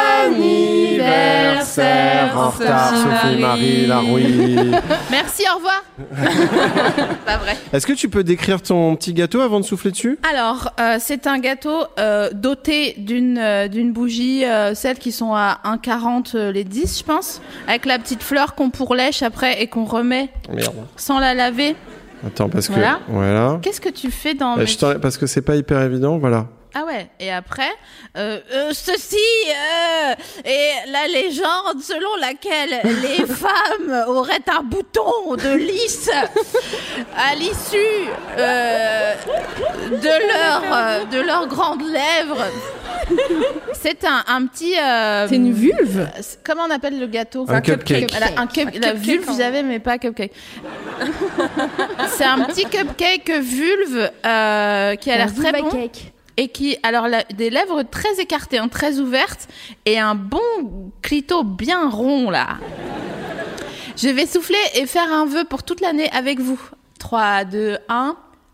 anniversaire en retard, Sophie Marie Larouille. Merci, au revoir. Pas vrai. Est-ce que tu peux décrire ton petit gâteau avant de souffler dessus? Alors, euh, c'est un gâteau euh, doté d'une euh, d'une bougie, euh, celles qui sont à un quarante euh, les dix, je pense, avec la petite fleur qu'on pourlèche après et qu'on remet Merde. sans la laver. Attends, parce que Voilà. voilà. Qu'est-ce que tu fais dans Euh, mes... je t'en- parce que c'est pas hyper évident, voilà. Ah ouais, et après, euh, euh, ceci euh, est la légende selon laquelle les femmes auraient un bouton de lys à l'issue euh, de leur euh, de leurs grandes lèvres. C'est un, un petit... Euh, c'est une vulve. Comment on appelle le gâteau? Un, un cupcake. Voilà, un cup, Un la cupcake vulve, en... j'avais, mais pas cupcake. C'est un petit cupcake vulve euh, qui a l'air très bon. Cake. Et qui, alors, la, des lèvres très écartées, hein, très ouvertes, et un bon clito bien rond, là. Je vais souffler et faire un vœu pour toute l'année avec vous. trois, deux, un.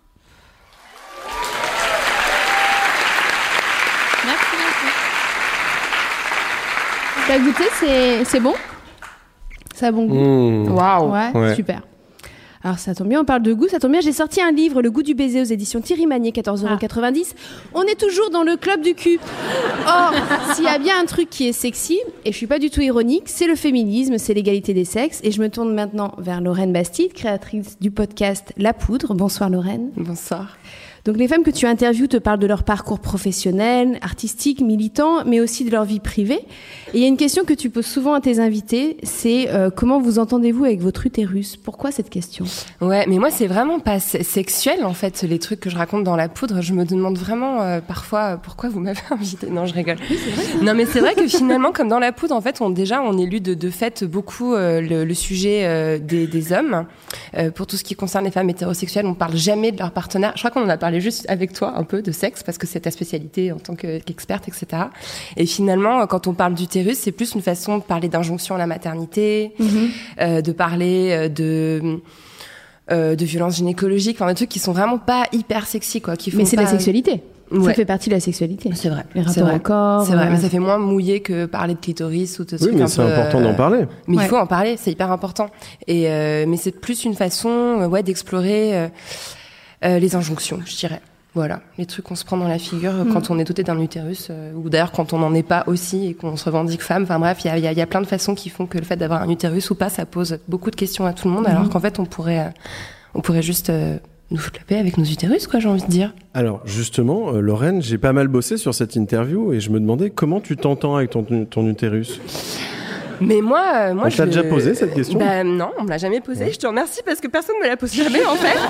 Merci, merci. T'as goûté, c'est, c'est bon? Ça a bon goût? Mmh. Waouh. Ouais, Ouais. super. Alors ça tombe bien, on parle de goût, ça tombe bien, j'ai sorti un livre, Le goût du baiser aux éditions Thierry Magnier, quatorze euros quatre-vingt-dix. On est toujours dans le club du cul. Or, s'il y a bien un truc qui est sexy, et je suis pas du tout ironique, c'est le féminisme, c'est l'égalité des sexes. Et je me tourne maintenant vers Lorraine Bastide, créatrice du podcast La Poudre. Bonsoir Lorraine. Bonsoir. Donc les femmes que tu interviews te parlent de leur parcours professionnel, artistique, militant, mais aussi de leur vie privée. Et il y a une question que tu poses souvent à tes invités, c'est euh, comment vous entendez-vous avec votre utérus? Pourquoi cette question? Ouais, mais moi c'est vraiment pas se- sexuel en fait, les trucs que je raconte dans La Poudre. Je me demande vraiment euh, parfois euh, pourquoi vous m'avez invité. Non, je rigole. Oui, c'est vrai. Non, mais c'est vrai que finalement, comme dans La Poudre, en fait, on déjà on élude de, de fait beaucoup euh, le, le sujet euh, des, des hommes. Euh, pour tout ce qui concerne les femmes hétérosexuelles, on parle jamais de leur partenaire. Je crois qu'on en a parlé juste avec toi un peu de sexe parce que c'est ta spécialité en tant que, qu'experte, et cetera. Et finalement, quand on parle d'utérus, c'est plus une façon de parler d'injonction à la maternité, Mm-hmm. euh, de parler euh, de euh, de violences gynécologiques, enfin des trucs qui sont vraiment pas hyper sexy, quoi. Qui font Mais c'est pas... la sexualité. Ouais. Ça fait partie de la sexualité. C'est vrai. Les C'est rapports vrai. au corps. C'est vrai, euh, mais ça fait moins mouillé que parler de clitoris ou de Oui, trucs mais un c'est peu, important euh, d'en parler. Mais Ouais. il faut en parler, c'est hyper important. Et euh, mais c'est plus une façon, euh, ouais, d'explorer euh, euh, les injonctions, je dirais. Voilà, les trucs qu'on se prend dans la figure mmh. quand on est doté d'un utérus, euh, ou d'ailleurs quand on n'en est pas aussi et qu'on se revendique femme. Enfin bref, il y a, y, a, y a plein de façons qui font que le fait d'avoir un utérus ou pas, ça pose beaucoup de questions à tout le monde, mmh. alors qu'en fait, on pourrait, euh, on pourrait juste euh, nous foutre la paix avec nos utérus, quoi, j'ai envie de dire. Alors justement, euh, Lorraine, j'ai pas mal bossé sur cette interview et je me demandais comment tu t'entends avec ton, ton utérus. Mais moi, euh, moi on je... t'a déjà posé cette question ? Bah non, on me l'a jamais posé. Ouais. Je te remercie parce que personne me l'a posé jamais en fait.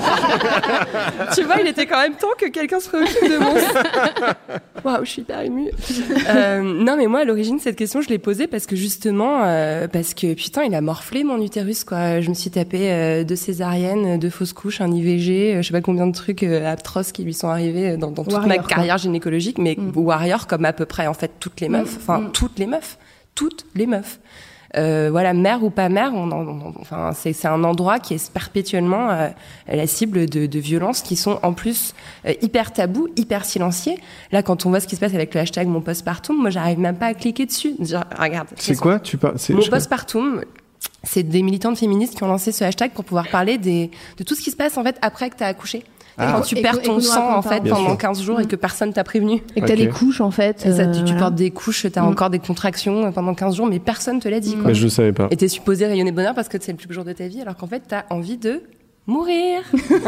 Tu vois, il était quand même temps que quelqu'un se préoccupe de mon. Waouh, je suis hyper émue. Euh, non, mais moi, à l'origine, cette question, je l'ai posée parce que justement, euh, parce que putain, il a morflé mon utérus, quoi. Je me suis tapé euh, deux césariennes, deux fausses couches, un I V G, euh, je sais pas combien de trucs euh, atroces qui lui sont arrivés dans, dans toute warrior, ma carrière quoi. gynécologique, mais mm. warrior comme à peu près en fait toutes les meufs, enfin mm. toutes les meufs. toutes les meufs. Euh, voilà, mère ou pas mère, on, on, on, enfin, c'est, c'est un endroit qui est perpétuellement euh, la cible de, de violences qui sont en plus euh, hyper tabous, hyper silenciées. Là, quand on voit ce qui se passe avec le hashtag mon postpartum, moi, j'arrive même pas à cliquer dessus. Dire, regarde. C'est quoi tu par... c'est... Mon postpartum, c'est des militantes féministes qui ont lancé ce hashtag pour pouvoir parler des, de tout ce qui se passe en fait après que t'as accouché. Ah. Quand tu et perds que, ton sang en fait pendant sûr. quinze jours mmh. et que personne t'a prévenu. Et que t'as okay. des couches en fait. Euh, ça, tu, tu portes des couches, t'as mmh. encore des contractions pendant quinze jours, mais personne te l'a dit. Mmh. Quoi. Mais je le savais pas. Et t'es supposé rayonner bonheur parce que c'est le plus beau jour de ta vie, alors qu'en fait t'as envie de mourir.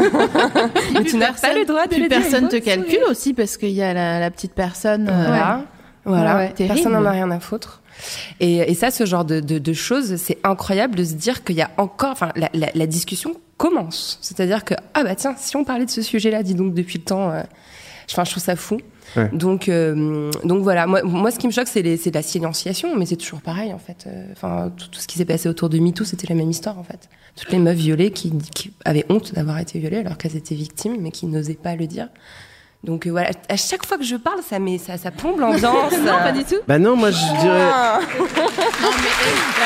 Mais tu n'as pas le droit de le dire. Personne te calcule aussi parce qu'il y a la, la petite personne. Euh, voilà. Ouais. Voilà. Ouais, ouais. Personne n'en a rien à foutre. Et, et ça, ce genre de, de, de choses, c'est incroyable de se dire qu'il y a encore, enfin, la, la, la discussion commence. C'est-à-dire que, ah bah tiens, si on parlait de ce sujet-là, dis donc, depuis le temps, euh, enfin, je trouve ça fou. Ouais. Donc, euh, donc voilà. Moi, moi, ce qui me choque, c'est, les, c'est la silenciation, mais c'est toujours pareil, en fait. Enfin, euh, tout, tout ce qui s'est passé autour de MeToo, c'était la même histoire, en fait. Toutes les meufs violées qui, qui avaient honte d'avoir été violées alors qu'elles étaient victimes, mais qui n'osaient pas le dire. Donc euh, voilà, à chaque fois que je parle, ça, met, ça, ça plombe l'ambiance. Non, pas du tout. Bah non, moi je dirais... Non, mais...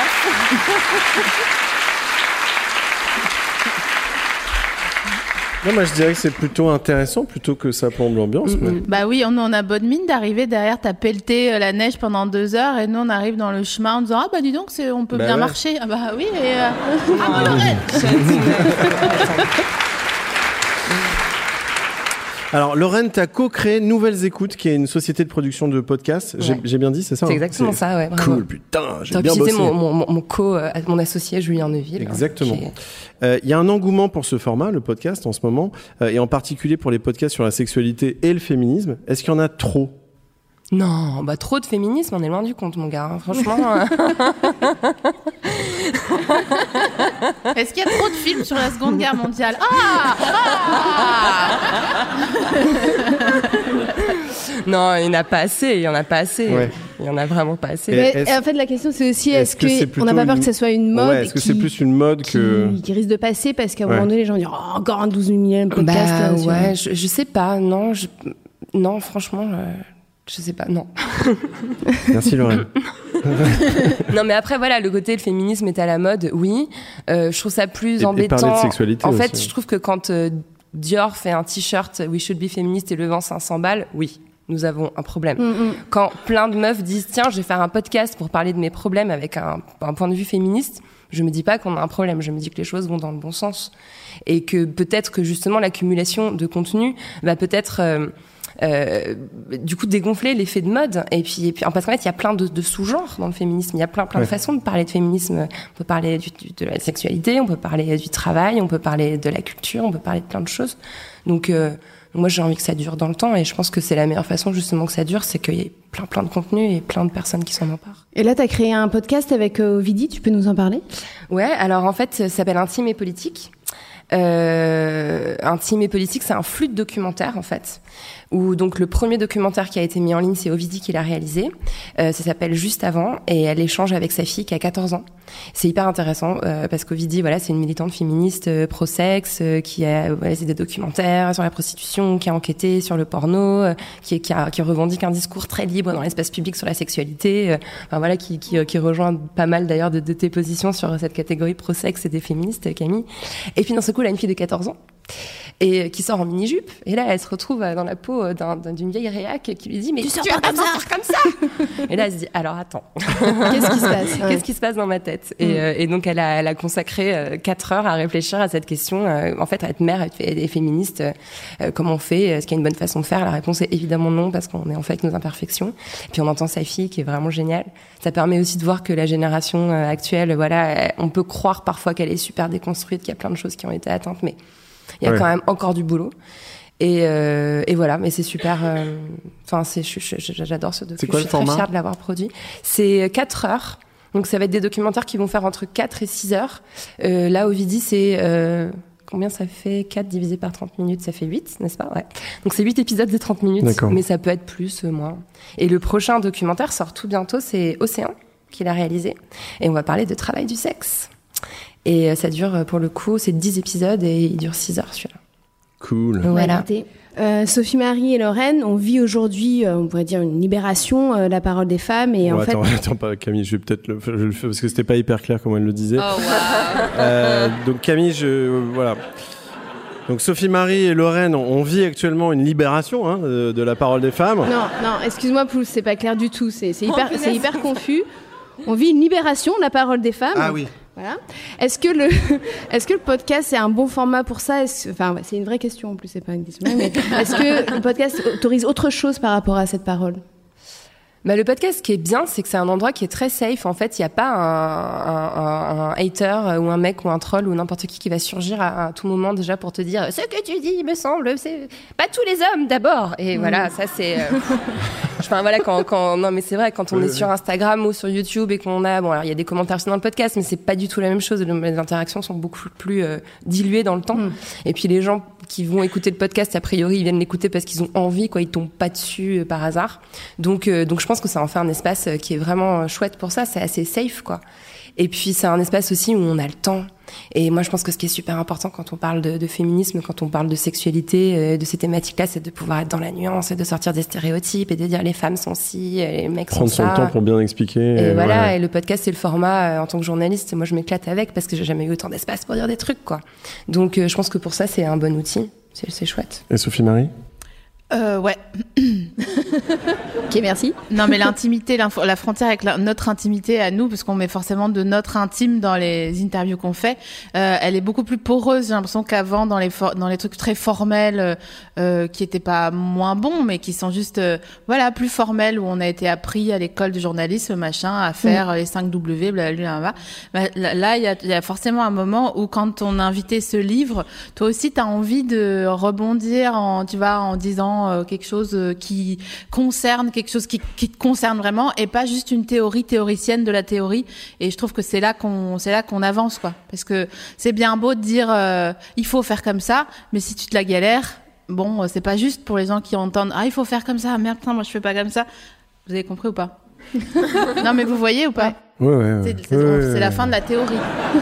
Non, moi je dirais que c'est plutôt intéressant plutôt que ça plombe l'ambiance. Mm-hmm. Mais... Bah oui, on, on a bonne mine d'arriver derrière, t'as pelleté la neige pendant deux heures et nous on arrive dans le chemin en disant ah bah dis donc c'est, on peut bah bien ouais. marcher. Ah bah oui, et euh... ah bah Lorraine. Alors, Lorraine, tu as co-créé Nouvelles Écoutes, qui est une société de production de podcasts. Ouais. J'ai, j'ai bien dit, c'est ça? C'est hein exactement c'est... ça, ouais. Bravo. Cool, putain, j'ai T'as bien bossé. C'était mon, mon, mon co, euh, mon associé Julien Neuville. Exactement. Il hein, qui... euh, y a un engouement pour ce format, le podcast, en ce moment, euh, et en particulier pour les podcasts sur la sexualité et le féminisme. Est-ce qu'il y en a trop? Non, bah trop de féminisme, on est loin du compte, mon gars. Hein. Franchement. Est-ce qu'il y a trop de films sur la Seconde Guerre mondiale? Ah, ah Non, il n'y en a pas assez. Il y en a pas assez. Ouais. Il y en a vraiment pas assez. Mais, et en fait, la question c'est aussi est-ce, est-ce qu'on n'a pas peur une... que ça soit une mode? Ouais, est-ce que qui, c'est plus une mode que qui, qui risque de passer parce qu'à un ouais. moment donné, les gens disent oh, encore un douze millième podcast. Bah, là, ouais, je, je sais pas. Non, je... non, franchement. Euh... Je sais pas, non. Merci Lorraine. Non mais après voilà, le côté le féminisme est à la mode, oui. Euh, je trouve ça plus et, embêtant. Et parler de sexualité en aussi. fait, je trouve que quand euh, Dior fait un t-shirt We should be féministe et le vend cinq cents balles, oui, nous avons un problème. Mm-hmm. Quand plein de meufs disent tiens, je vais faire un podcast pour parler de mes problèmes avec un, un point de vue féministe, je me dis pas qu'on a un problème, je me dis que les choses vont dans le bon sens et que peut-être que justement l'accumulation de contenu va peut-être euh, Euh, du coup dégonfler l'effet de mode et puis, et puis parce qu'en fait il y a plein de, de sous-genres dans le féminisme, il y a plein plein ouais. de façons de parler de féminisme. On peut parler du, du, de la sexualité, on peut parler du travail, on peut parler de la culture, on peut parler de plein de choses. Donc euh, moi j'ai envie que ça dure dans le temps et je pense que c'est la meilleure façon justement que ça dure, c'est qu'il y ait plein plein de contenu et plein de personnes qui s'en emparent. Et là t'as créé un podcast avec euh, Ovidie, tu peux nous en parler? Ouais, alors en fait ça s'appelle Intime et politique. Euh, Intime et politique, c'est un flux de documentaires en fait. Où donc le premier documentaire qui a été mis en ligne, c'est Ovidie qui l'a réalisé. Euh, ça s'appelle Juste avant et elle échange avec sa fille qui a quatorze ans. C'est hyper intéressant euh, parce qu'Ovidie, voilà, c'est une militante féministe euh, pro-sexe euh, qui a voilà, c'est des documentaires sur la prostitution, qui a enquêté sur le porno, euh, qui, qui, a, qui revendique un discours très libre dans l'espace public sur la sexualité. Euh, enfin voilà, qui, qui, qui rejoint pas mal d'ailleurs de, de tes positions sur cette catégorie pro-sexe et des féministes, Camille. Et puis dans ce coup, elle a une fille de quatorze ans. et qui sort en mini-jupe. Et là, elle se retrouve dans la peau d'un, d'une vieille réac qui lui dit « Mais tu, tu vas pas sortir comme ça !» Et là, elle se dit « Alors, attends. Qu'est-ce qui se passe Qu'est-ce ouais. qui se passe dans ma tête ?» et, euh, et donc, elle a, elle a consacré quatre heures à réfléchir à cette question. Euh, en fait, à être mère et féministe, euh, comment on fait ? Est-ce qu'il y a une bonne façon de faire ? La réponse est évidemment non, parce qu'on est en fait avec nos imperfections. Et puis, on entend sa fille, qui est vraiment géniale. Ça permet aussi de voir que la génération actuelle, voilà, on peut croire parfois qu'elle est super déconstruite, qu'il y a plein de choses qui ont été atteintes, mais il y a ouais. quand même encore du boulot. Et, euh, et voilà, mais c'est super. Enfin, euh, c'est, je, je, j'adore ce docu. Je suis très fière de l'avoir produit. C'est quatre heures. Donc, ça va être des documentaires qui vont faire entre quatre et six heures. Euh, là, Ovidie, c'est... Euh, combien ça fait ? quatre divisé par trente minutes, ça fait huit, n'est-ce pas ? Ouais. Donc, c'est huit épisodes de trente minutes, D'accord. mais ça peut être plus, moins. Et le prochain documentaire sort tout bientôt, c'est Océan, qui l'a réalisé. Et on va parler de travail du sexe. Et ça dure, pour le coup, c'est dix épisodes et il dure six heures, celui-là. Cool. Voilà. Euh, Sophie Marie et Lorraine, on vit aujourd'hui, euh, on pourrait dire, une libération euh, de la parole des femmes. Et oh, en attends, fait... attends pas, Camille, je vais peut-être le, je le fais parce que c'était pas hyper clair comment elle le disait. Oh, wow. euh, donc Camille, je, euh, voilà. Donc Sophie Marie et Lorraine, on, on vit actuellement une libération hein, de, de la parole des femmes. Non, non, excuse-moi, Pouls, c'est pas clair du tout. C'est, c'est hyper, oh, c'est hyper confus. On vit une libération de la parole des femmes. Ah oui. Voilà. Est-ce que le, est-ce que le podcast c'est un bon format pour ça ? Est-ce, enfin, c'est une vraie question en plus, c'est pas une question. Mais est-ce que le podcast autorise autre chose par rapport à cette parole ? Bah, le podcast, ce qui est bien, c'est que c'est un endroit qui est très safe. En fait, il n'y a pas un, un, un, un hater ou un mec ou un troll ou n'importe qui qui va surgir à, à tout moment déjà pour te dire ce que tu dis, il me semble, c'est pas tous les hommes d'abord. Et mmh. voilà, ça c'est. Euh... enfin voilà, quand, quand non mais c'est vrai, quand on est sur Instagram ou sur YouTube et qu'on a, bon alors il y a des commentaires aussi dans le podcast, mais c'est pas du tout la même chose. Les interactions sont beaucoup plus euh, diluées dans le temps. Mmh. Et puis les gens qui vont écouter le podcast, a priori, ils viennent l'écouter parce qu'ils ont envie, quoi. Ils tombent pas dessus euh, par hasard. Donc, euh, donc je pense que ça en fait un espace qui est vraiment chouette pour ça. C'est assez safe, quoi. Et puis c'est un espace aussi où on a le temps. Et moi, je pense que ce qui est super important quand on parle de, de féminisme, quand on parle de sexualité, euh, de ces thématiques-là, c'est de pouvoir être dans la nuance et de sortir des stéréotypes et de dire les femmes sont ci, les mecs Prendre sont ça. Prendre son temps pour bien expliquer. Et, et voilà. Ouais. Et le podcast, c'est le format. Euh, en tant que journaliste, moi, je m'éclate avec parce que j'ai jamais eu autant d'espace pour dire des trucs, quoi. Donc, euh, je pense que pour ça, c'est un bon outil. C'est, c'est chouette. Et Sophie Marie ? Euh, ouais. Ok, merci. Non, mais l'intimité, la frontière avec la, notre intimité à nous, parce qu'on met forcément de notre intime dans les interviews qu'on fait, euh, elle est beaucoup plus poreuse. J'ai l'impression qu'avant, dans les for- dans les trucs très formels, euh, qui étaient pas moins bons, mais qui sont juste, euh, voilà, plus formels, où on a été appris à l'école de journalisme, machin, à faire mmh. les cinq W, blablabla. Bah, là, il y a, y a forcément un moment où, quand on a invité ce livre, toi aussi, t'as envie de rebondir en, tu vois, en disant quelque chose qui concerne, quelque chose qui, qui te concerne vraiment, et pas juste une théorie théoricienne de la théorie. Et je trouve que c'est là qu'on, c'est là qu'on avance, quoi. Parce que c'est bien beau de dire euh, il faut faire comme ça, mais si tu te la galères, bon, c'est pas juste pour les gens qui entendent ah il faut faire comme ça, merde, putain, moi je fais pas comme ça. Vous avez compris ou pas? Non, mais vous voyez ou pas? Ouais, ouais, ouais. C'est, c'est, ouais, on, ouais, c'est ouais. la fin de la théorie.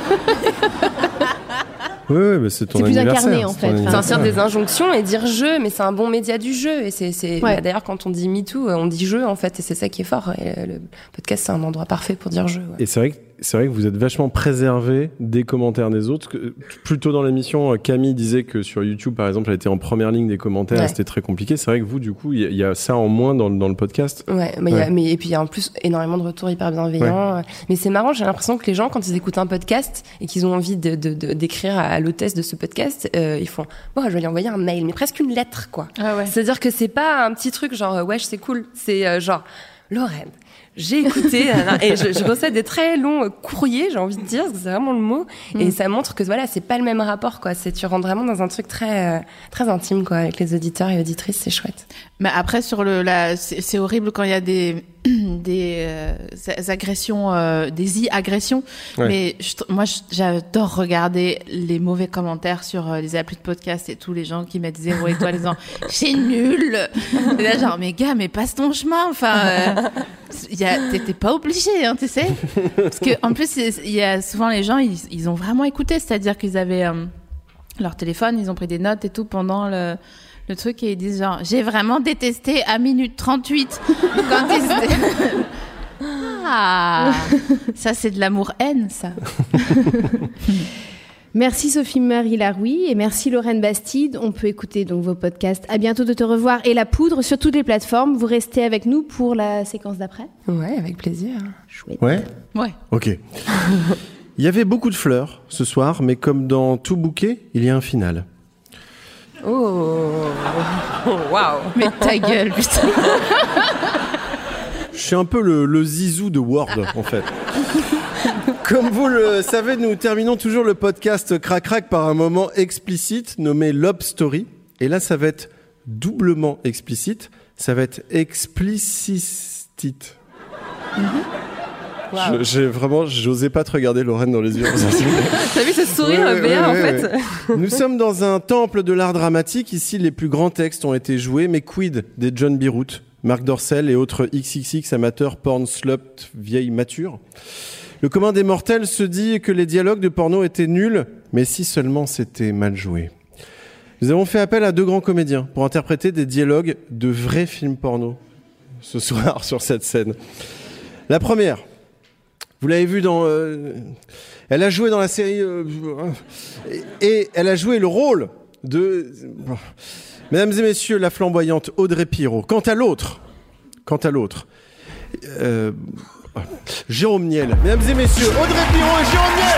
Oui, ouais, bah c'est ton c'est plus anniversaire. Incarné, en fait. Sortir des injonctions et dire jeu, mais c'est un bon média du jeu. Et c'est, c'est... Ouais. Bah, d'ailleurs, quand on dit MeToo, on dit jeu, en fait, et c'est ça qui est fort. Et le podcast, c'est un endroit parfait pour dire jeu. Ouais. Et c'est vrai que c'est vrai que vous êtes vachement préservé des commentaires des autres. Plus tôt dans l'émission, Camille disait que sur YouTube, par exemple, elle était en première ligne des commentaires, ouais. et c'était très compliqué. C'est vrai que vous, du coup, il y, y a ça en moins dans, dans le podcast. Ouais, mais, ouais. Y a, mais et puis il y a en plus énormément de retours hyper bienveillants. Ouais. Mais c'est marrant, j'ai l'impression que les gens, quand ils écoutent un podcast et qu'ils ont envie de, de, de d'écrire à l'hôtesse de ce podcast, euh, ils font, bon, je vais lui envoyer un mail, mais presque une lettre, quoi. Ah ouais. C'est-à-dire que c'est pas un petit truc genre, wesh, c'est cool. C'est euh, genre, Lorraine, j'ai écouté et je, je reçois des très longs courriers, j'ai envie de dire, parce que c'est vraiment le mot, mm. et ça montre que voilà, c'est pas le même rapport, quoi. C'est tu rentres vraiment dans un truc très euh, très intime, quoi, avec les auditeurs et auditrices, c'est chouette. Mais après sur le la c'est, c'est horrible quand il y a des des euh, agressions, euh, des i-agressions. Ouais. Mais je, moi, j'adore regarder les mauvais commentaires sur euh, les applis de podcast et tous les gens qui mettent zéro étoile en disant c'est nul. Et là, genre, mais gars, mais passe ton chemin. Enfin, euh, y a, t'es, t'es pas obligé, hein, tu sais. Parce que en plus, il y a souvent les gens, ils, ils ont vraiment écouté, c'est-à-dire qu'ils avaient euh, leur téléphone, ils ont pris des notes et tout pendant le. Le truc, et ils disent genre, j'ai vraiment détesté à minute trente-huit. Quand ils... Ah, ça c'est de l'amour-haine, ça. Merci Sophie-Marie Laroui et merci Lorraine Bastide. On peut écouter donc vos podcasts. À bientôt de te revoir et La Poudre sur toutes les plateformes. Vous restez avec nous pour la séquence d'après. Ouais, avec plaisir. Chouette. Ouais. Ouais. Ok. Il y avait beaucoup de fleurs ce soir, mais comme dans tout bouquet, il y a un final. Oh, waouh. Mais ta gueule, putain. Je suis un peu le, le zizou de Word, en fait. Comme vous le savez, nous terminons toujours le podcast Crac Crac par un moment explicite nommé Love Story. Et là, ça va être doublement explicite. Ça va être explicite. Mm-hmm. Wow. Je, j'ai vraiment, j'osais pas te regarder, Lorraine, dans les yeux. T'as vu ce sourire ouais, béat, ouais, en ouais, fait. Ouais. Nous sommes dans un temple de l'art dramatique. Ici, les plus grands textes ont été joués. Mais quid des John Bierout, Marc Dorcel et autres X X X amateurs porn slut vieilles matures? Le commun des mortels se dit que les dialogues de porno étaient nuls, mais si seulement c'était mal joué. Nous avons fait appel à deux grands comédiens pour interpréter des dialogues de vrais films porno ce soir sur cette scène. La première, vous l'avez vu dans... Euh, elle a joué dans la série... Euh, et, et elle a joué le rôle de... Bon, mesdames et messieurs, la flamboyante Audrey Pirot. Quant à l'autre, quant à l'autre... Euh, Jérôme Niel. Mesdames et messieurs, Audrey Pirot et Jérôme Niel.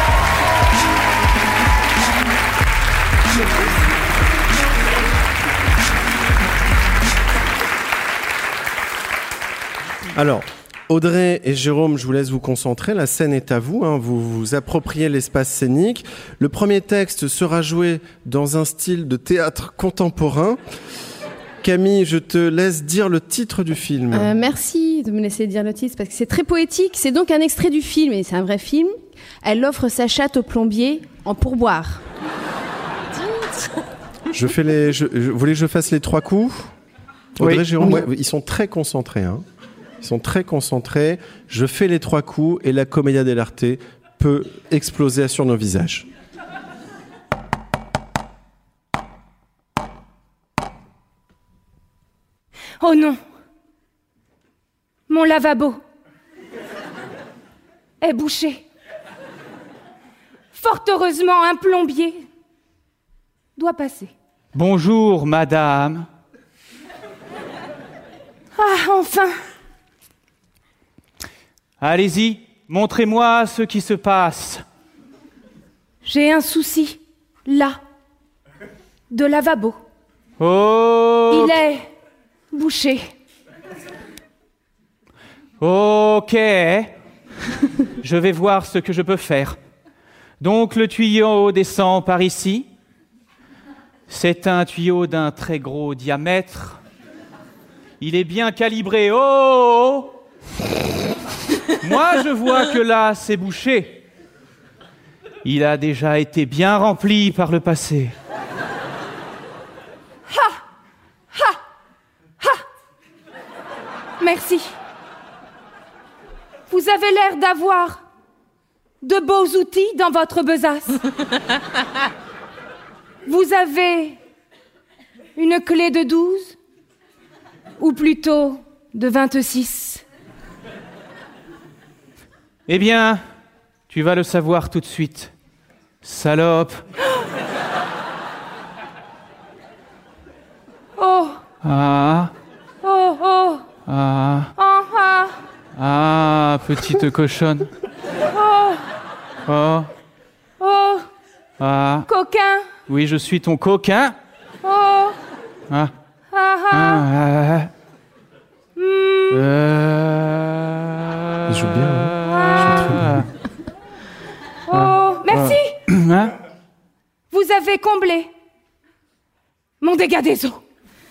Alors, Audrey et Jérôme, je vous laisse vous concentrer. La scène est à vous, hein. Vous vous appropriez l'espace scénique. Le premier texte sera joué dans un style de théâtre contemporain. Camille, je te laisse dire le titre du film. Euh, merci de me laisser dire le titre parce que c'est très poétique. C'est donc un extrait du film et c'est un vrai film. Elle offre sa chatte au plombier en pourboire. Je fais les. Je, je, vous voulez que je fasse les trois coups? Audrey, oui. Jérôme, ouais, ils sont très concentrés. Hein. Ils sont très concentrés. Je fais les trois coups et la commedia dell'arte peut exploser sur nos visages. Oh non! Mon lavabo est bouché. Fort heureusement, un plombier doit passer. Bonjour, madame. Ah, enfin! Allez-y, montrez-moi ce qui se passe. J'ai un souci, là, de lavabo. Oh! Il est bouché. Ok. Je vais voir ce que je peux faire. Donc le tuyau descend par ici. C'est un tuyau d'un très gros diamètre. Il est bien calibré. Oh! Moi, je vois que là, c'est bouché. Il a déjà été bien rempli par le passé. Ha! Ha! Ha! Merci. Vous avez l'air d'avoir de beaux outils dans votre besace. Vous avez une clé de douze ou plutôt de vingt-six. Eh bien, tu vas le savoir tout de suite, salope. Oh! Ah! Oh, oh! Ah! Oh, ah! Ah, petite cochonne. Oh! Oh! Oh! Ah! Coquin! Oui, je suis ton coquin. Oh! Ah! Ah, ah! Ah! Mm. Euh... Il joue bien, hein. Ah. Oh, merci. Hein? Vous avez comblé mon dégât des eaux.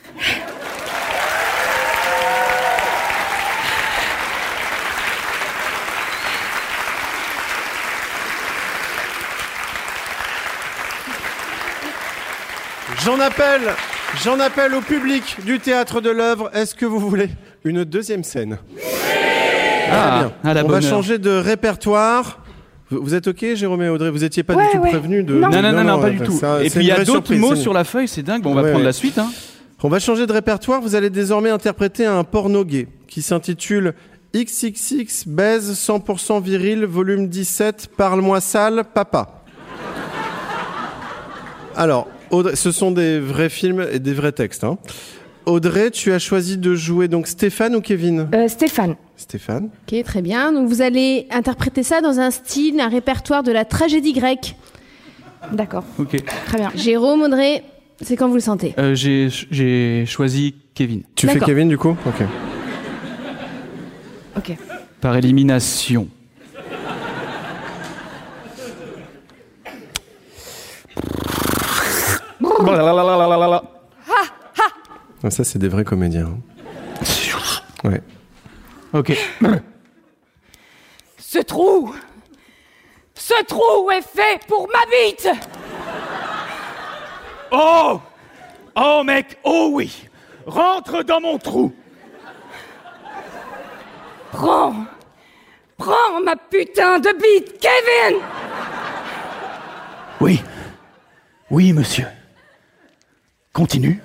J'en appelle, j'en appelle au public du Théâtre de l'Œuvre. Est-ce que vous voulez une deuxième scène? Ah, bien. à la On bonne va heure. changer de répertoire. Vous, vous êtes OK, Jérôme et Audrey? Vous étiez pas Ouais, du tout ouais. prévenus de... Non, non, non, non, pas du enfin, tout. ça, Et c'est puis il y une a vraie d'autres surprise, mots c'est- sur la feuille, c'est dingue. Bon, on va Ouais, prendre ouais. la suite. Hein. On va changer de répertoire. Vous allez désormais interpréter un porno gay qui s'intitule X X X baise cent pour cent viril volume dix-sept. Parle-moi sale, papa. Alors, Audrey, ce sont des vrais films et des vrais textes. Hein. Audrey, tu as choisi de jouer donc Stéphane ou Kevin ? euh, Stéphane. Stéphane. Ok, très bien. Donc vous allez interpréter ça dans un style, un répertoire de la tragédie grecque. D'accord. Ok. Très bien. Jérôme, Audrey, c'est quand vous le sentez. Euh, j'ai, j'ai choisi Kevin. Tu fais Kevin du coup ? Ok. Ok. Par élimination. Ah, ça, c'est des vrais comédiens. Ouais. Ok. Ce trou Ce trou est fait pour ma bite. Oh Oh mec, oh oui. Rentre dans mon trou. Prends Prends ma putain de bite, Kevin. Oui. Oui, monsieur. Continue.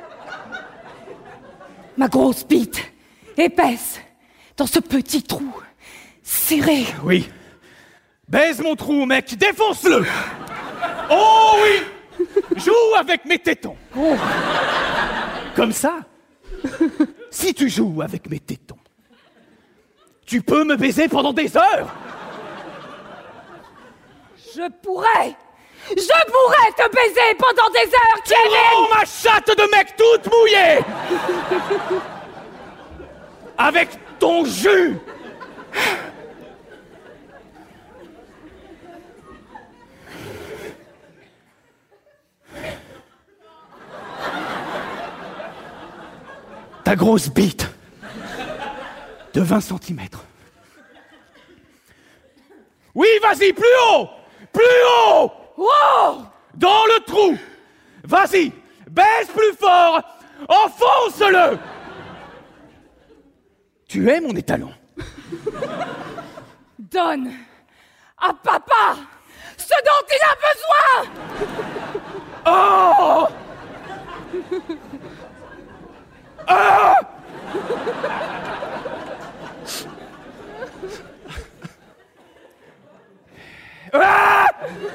Ma grosse bite, épaisse, dans ce petit trou, serré. Oui. Baise mon trou, mec, défonce-le. Oh oui. Joue avec mes tétons. Oh. Comme ça, si tu joues avec mes tétons, tu peux me baiser pendant des heures. Je pourrais Je pourrais te baiser pendant des heures, Kevin. Oh, ma chatte de mec toute mouillée. Avec ton jus. Ta grosse bite de vingt centimètres. Oui, vas-y, plus haut. Plus haut. Wow. Dans le trou. Vas-y, baisse plus fort. Enfonce-le. Tu es mon étalon. Donne à papa ce dont il a besoin. Oh. Ah. Ah.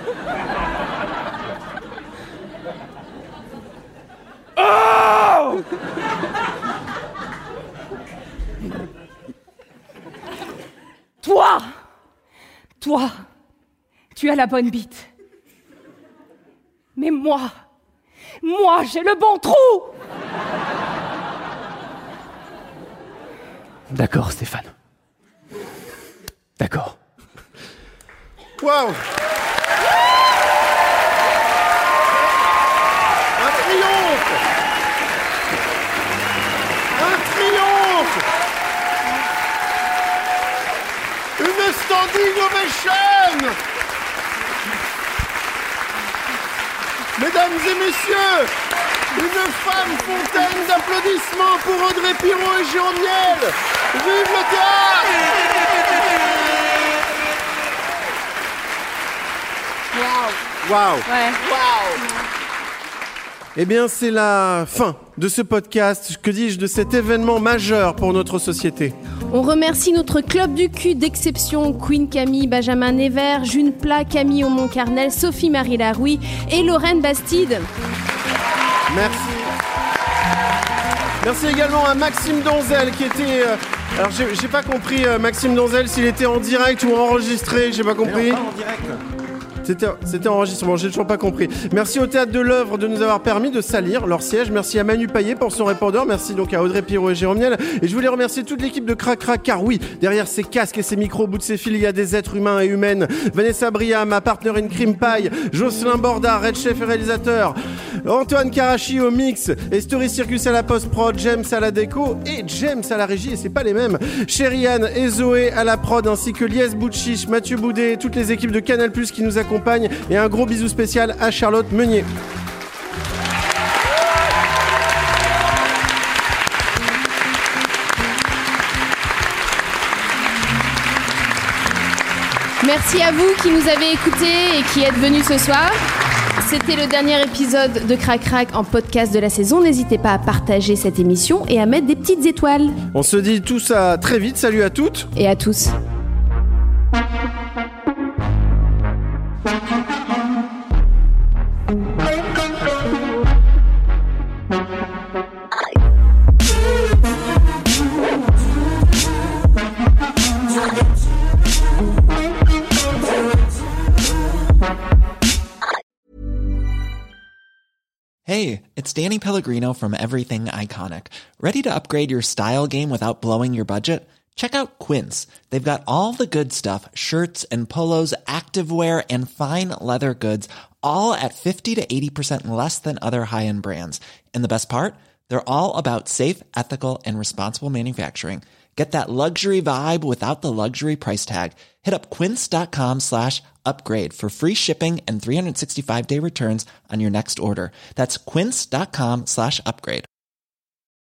Oh. Toi, toi, tu as la bonne bite. Mais moi, moi, j'ai le bon trou. D'accord, Stéphane. D'accord. Waouh! Un triomphe! Un triomphe! Une standing ovation! Mesdames et messieurs, une femme fontaine d'applaudissements pour Audrey Pirot et Jérôme Niel! Vive le théâtre! Waouh! Waouh! Ouais. Waouh! Eh bien, c'est la fin de ce podcast, que dis-je, de cet événement majeur pour notre société. On remercie notre club du cul d'exception, Queen Camille, Benjamin Nevers, June Plat, Camille Aumont-Carnel, Sophie-Marie Larouille et Lorraine Bastide. Merci. Merci également à Maxime Donzel qui était... Euh, alors, j'ai, j'ai pas compris, euh, Maxime Donzel, s'il était en direct ou enregistré, j'ai pas compris. Mais non, pas en direct. C'était, c'était enregistrement, j'ai toujours pas compris. Merci au Théâtre de l'Œuvre de nous avoir permis de salir leur siège. Merci à Manu Payet pour son répondeur. Merci donc à Audrey Pirot et Jérôme Niel. Et je voulais remercier toute l'équipe de Crac Crac, car oui, derrière ces casques et ces micros, au bout de ces fils, il y a des êtres humains et humaines. Vanessa Bria, ma partner in crime pie, Jocelyn Borda, Red Chef et réalisateur, Antoine Karachi au mix, et Story Circus à la post-prod, James à la déco et James à la régie, et c'est pas les mêmes. Chériane et Zoé à la prod, ainsi que Lies Bouchiche, Mathieu Boudet, toutes les équipes de Canal plus qui nous accompagnent, et un gros bisou spécial à Charlotte Meunier. Merci à vous qui nous avez écoutés et qui êtes venus ce soir. C'était le dernier épisode de Crac Crac en podcast de la saison. N'hésitez pas à partager cette émission et à mettre des petites étoiles. On se dit tous à très vite. Salut à toutes et à tous. Thank you. Hey, it's Danny Pellegrino from Everything Iconic. Ready to upgrade your style game without blowing your budget? Check out Quince. They've got all the good stuff, shirts and polos, activewear, and fine leather goods, all at fifty to eighty percent less than other high-end brands. And the best part? They're all about safe, ethical, and responsible manufacturing. Get that luxury vibe without the luxury price tag. Hit up quince.com slash upgrade for free shipping and three sixty-five day returns on your next order. That's quince.com slash upgrade.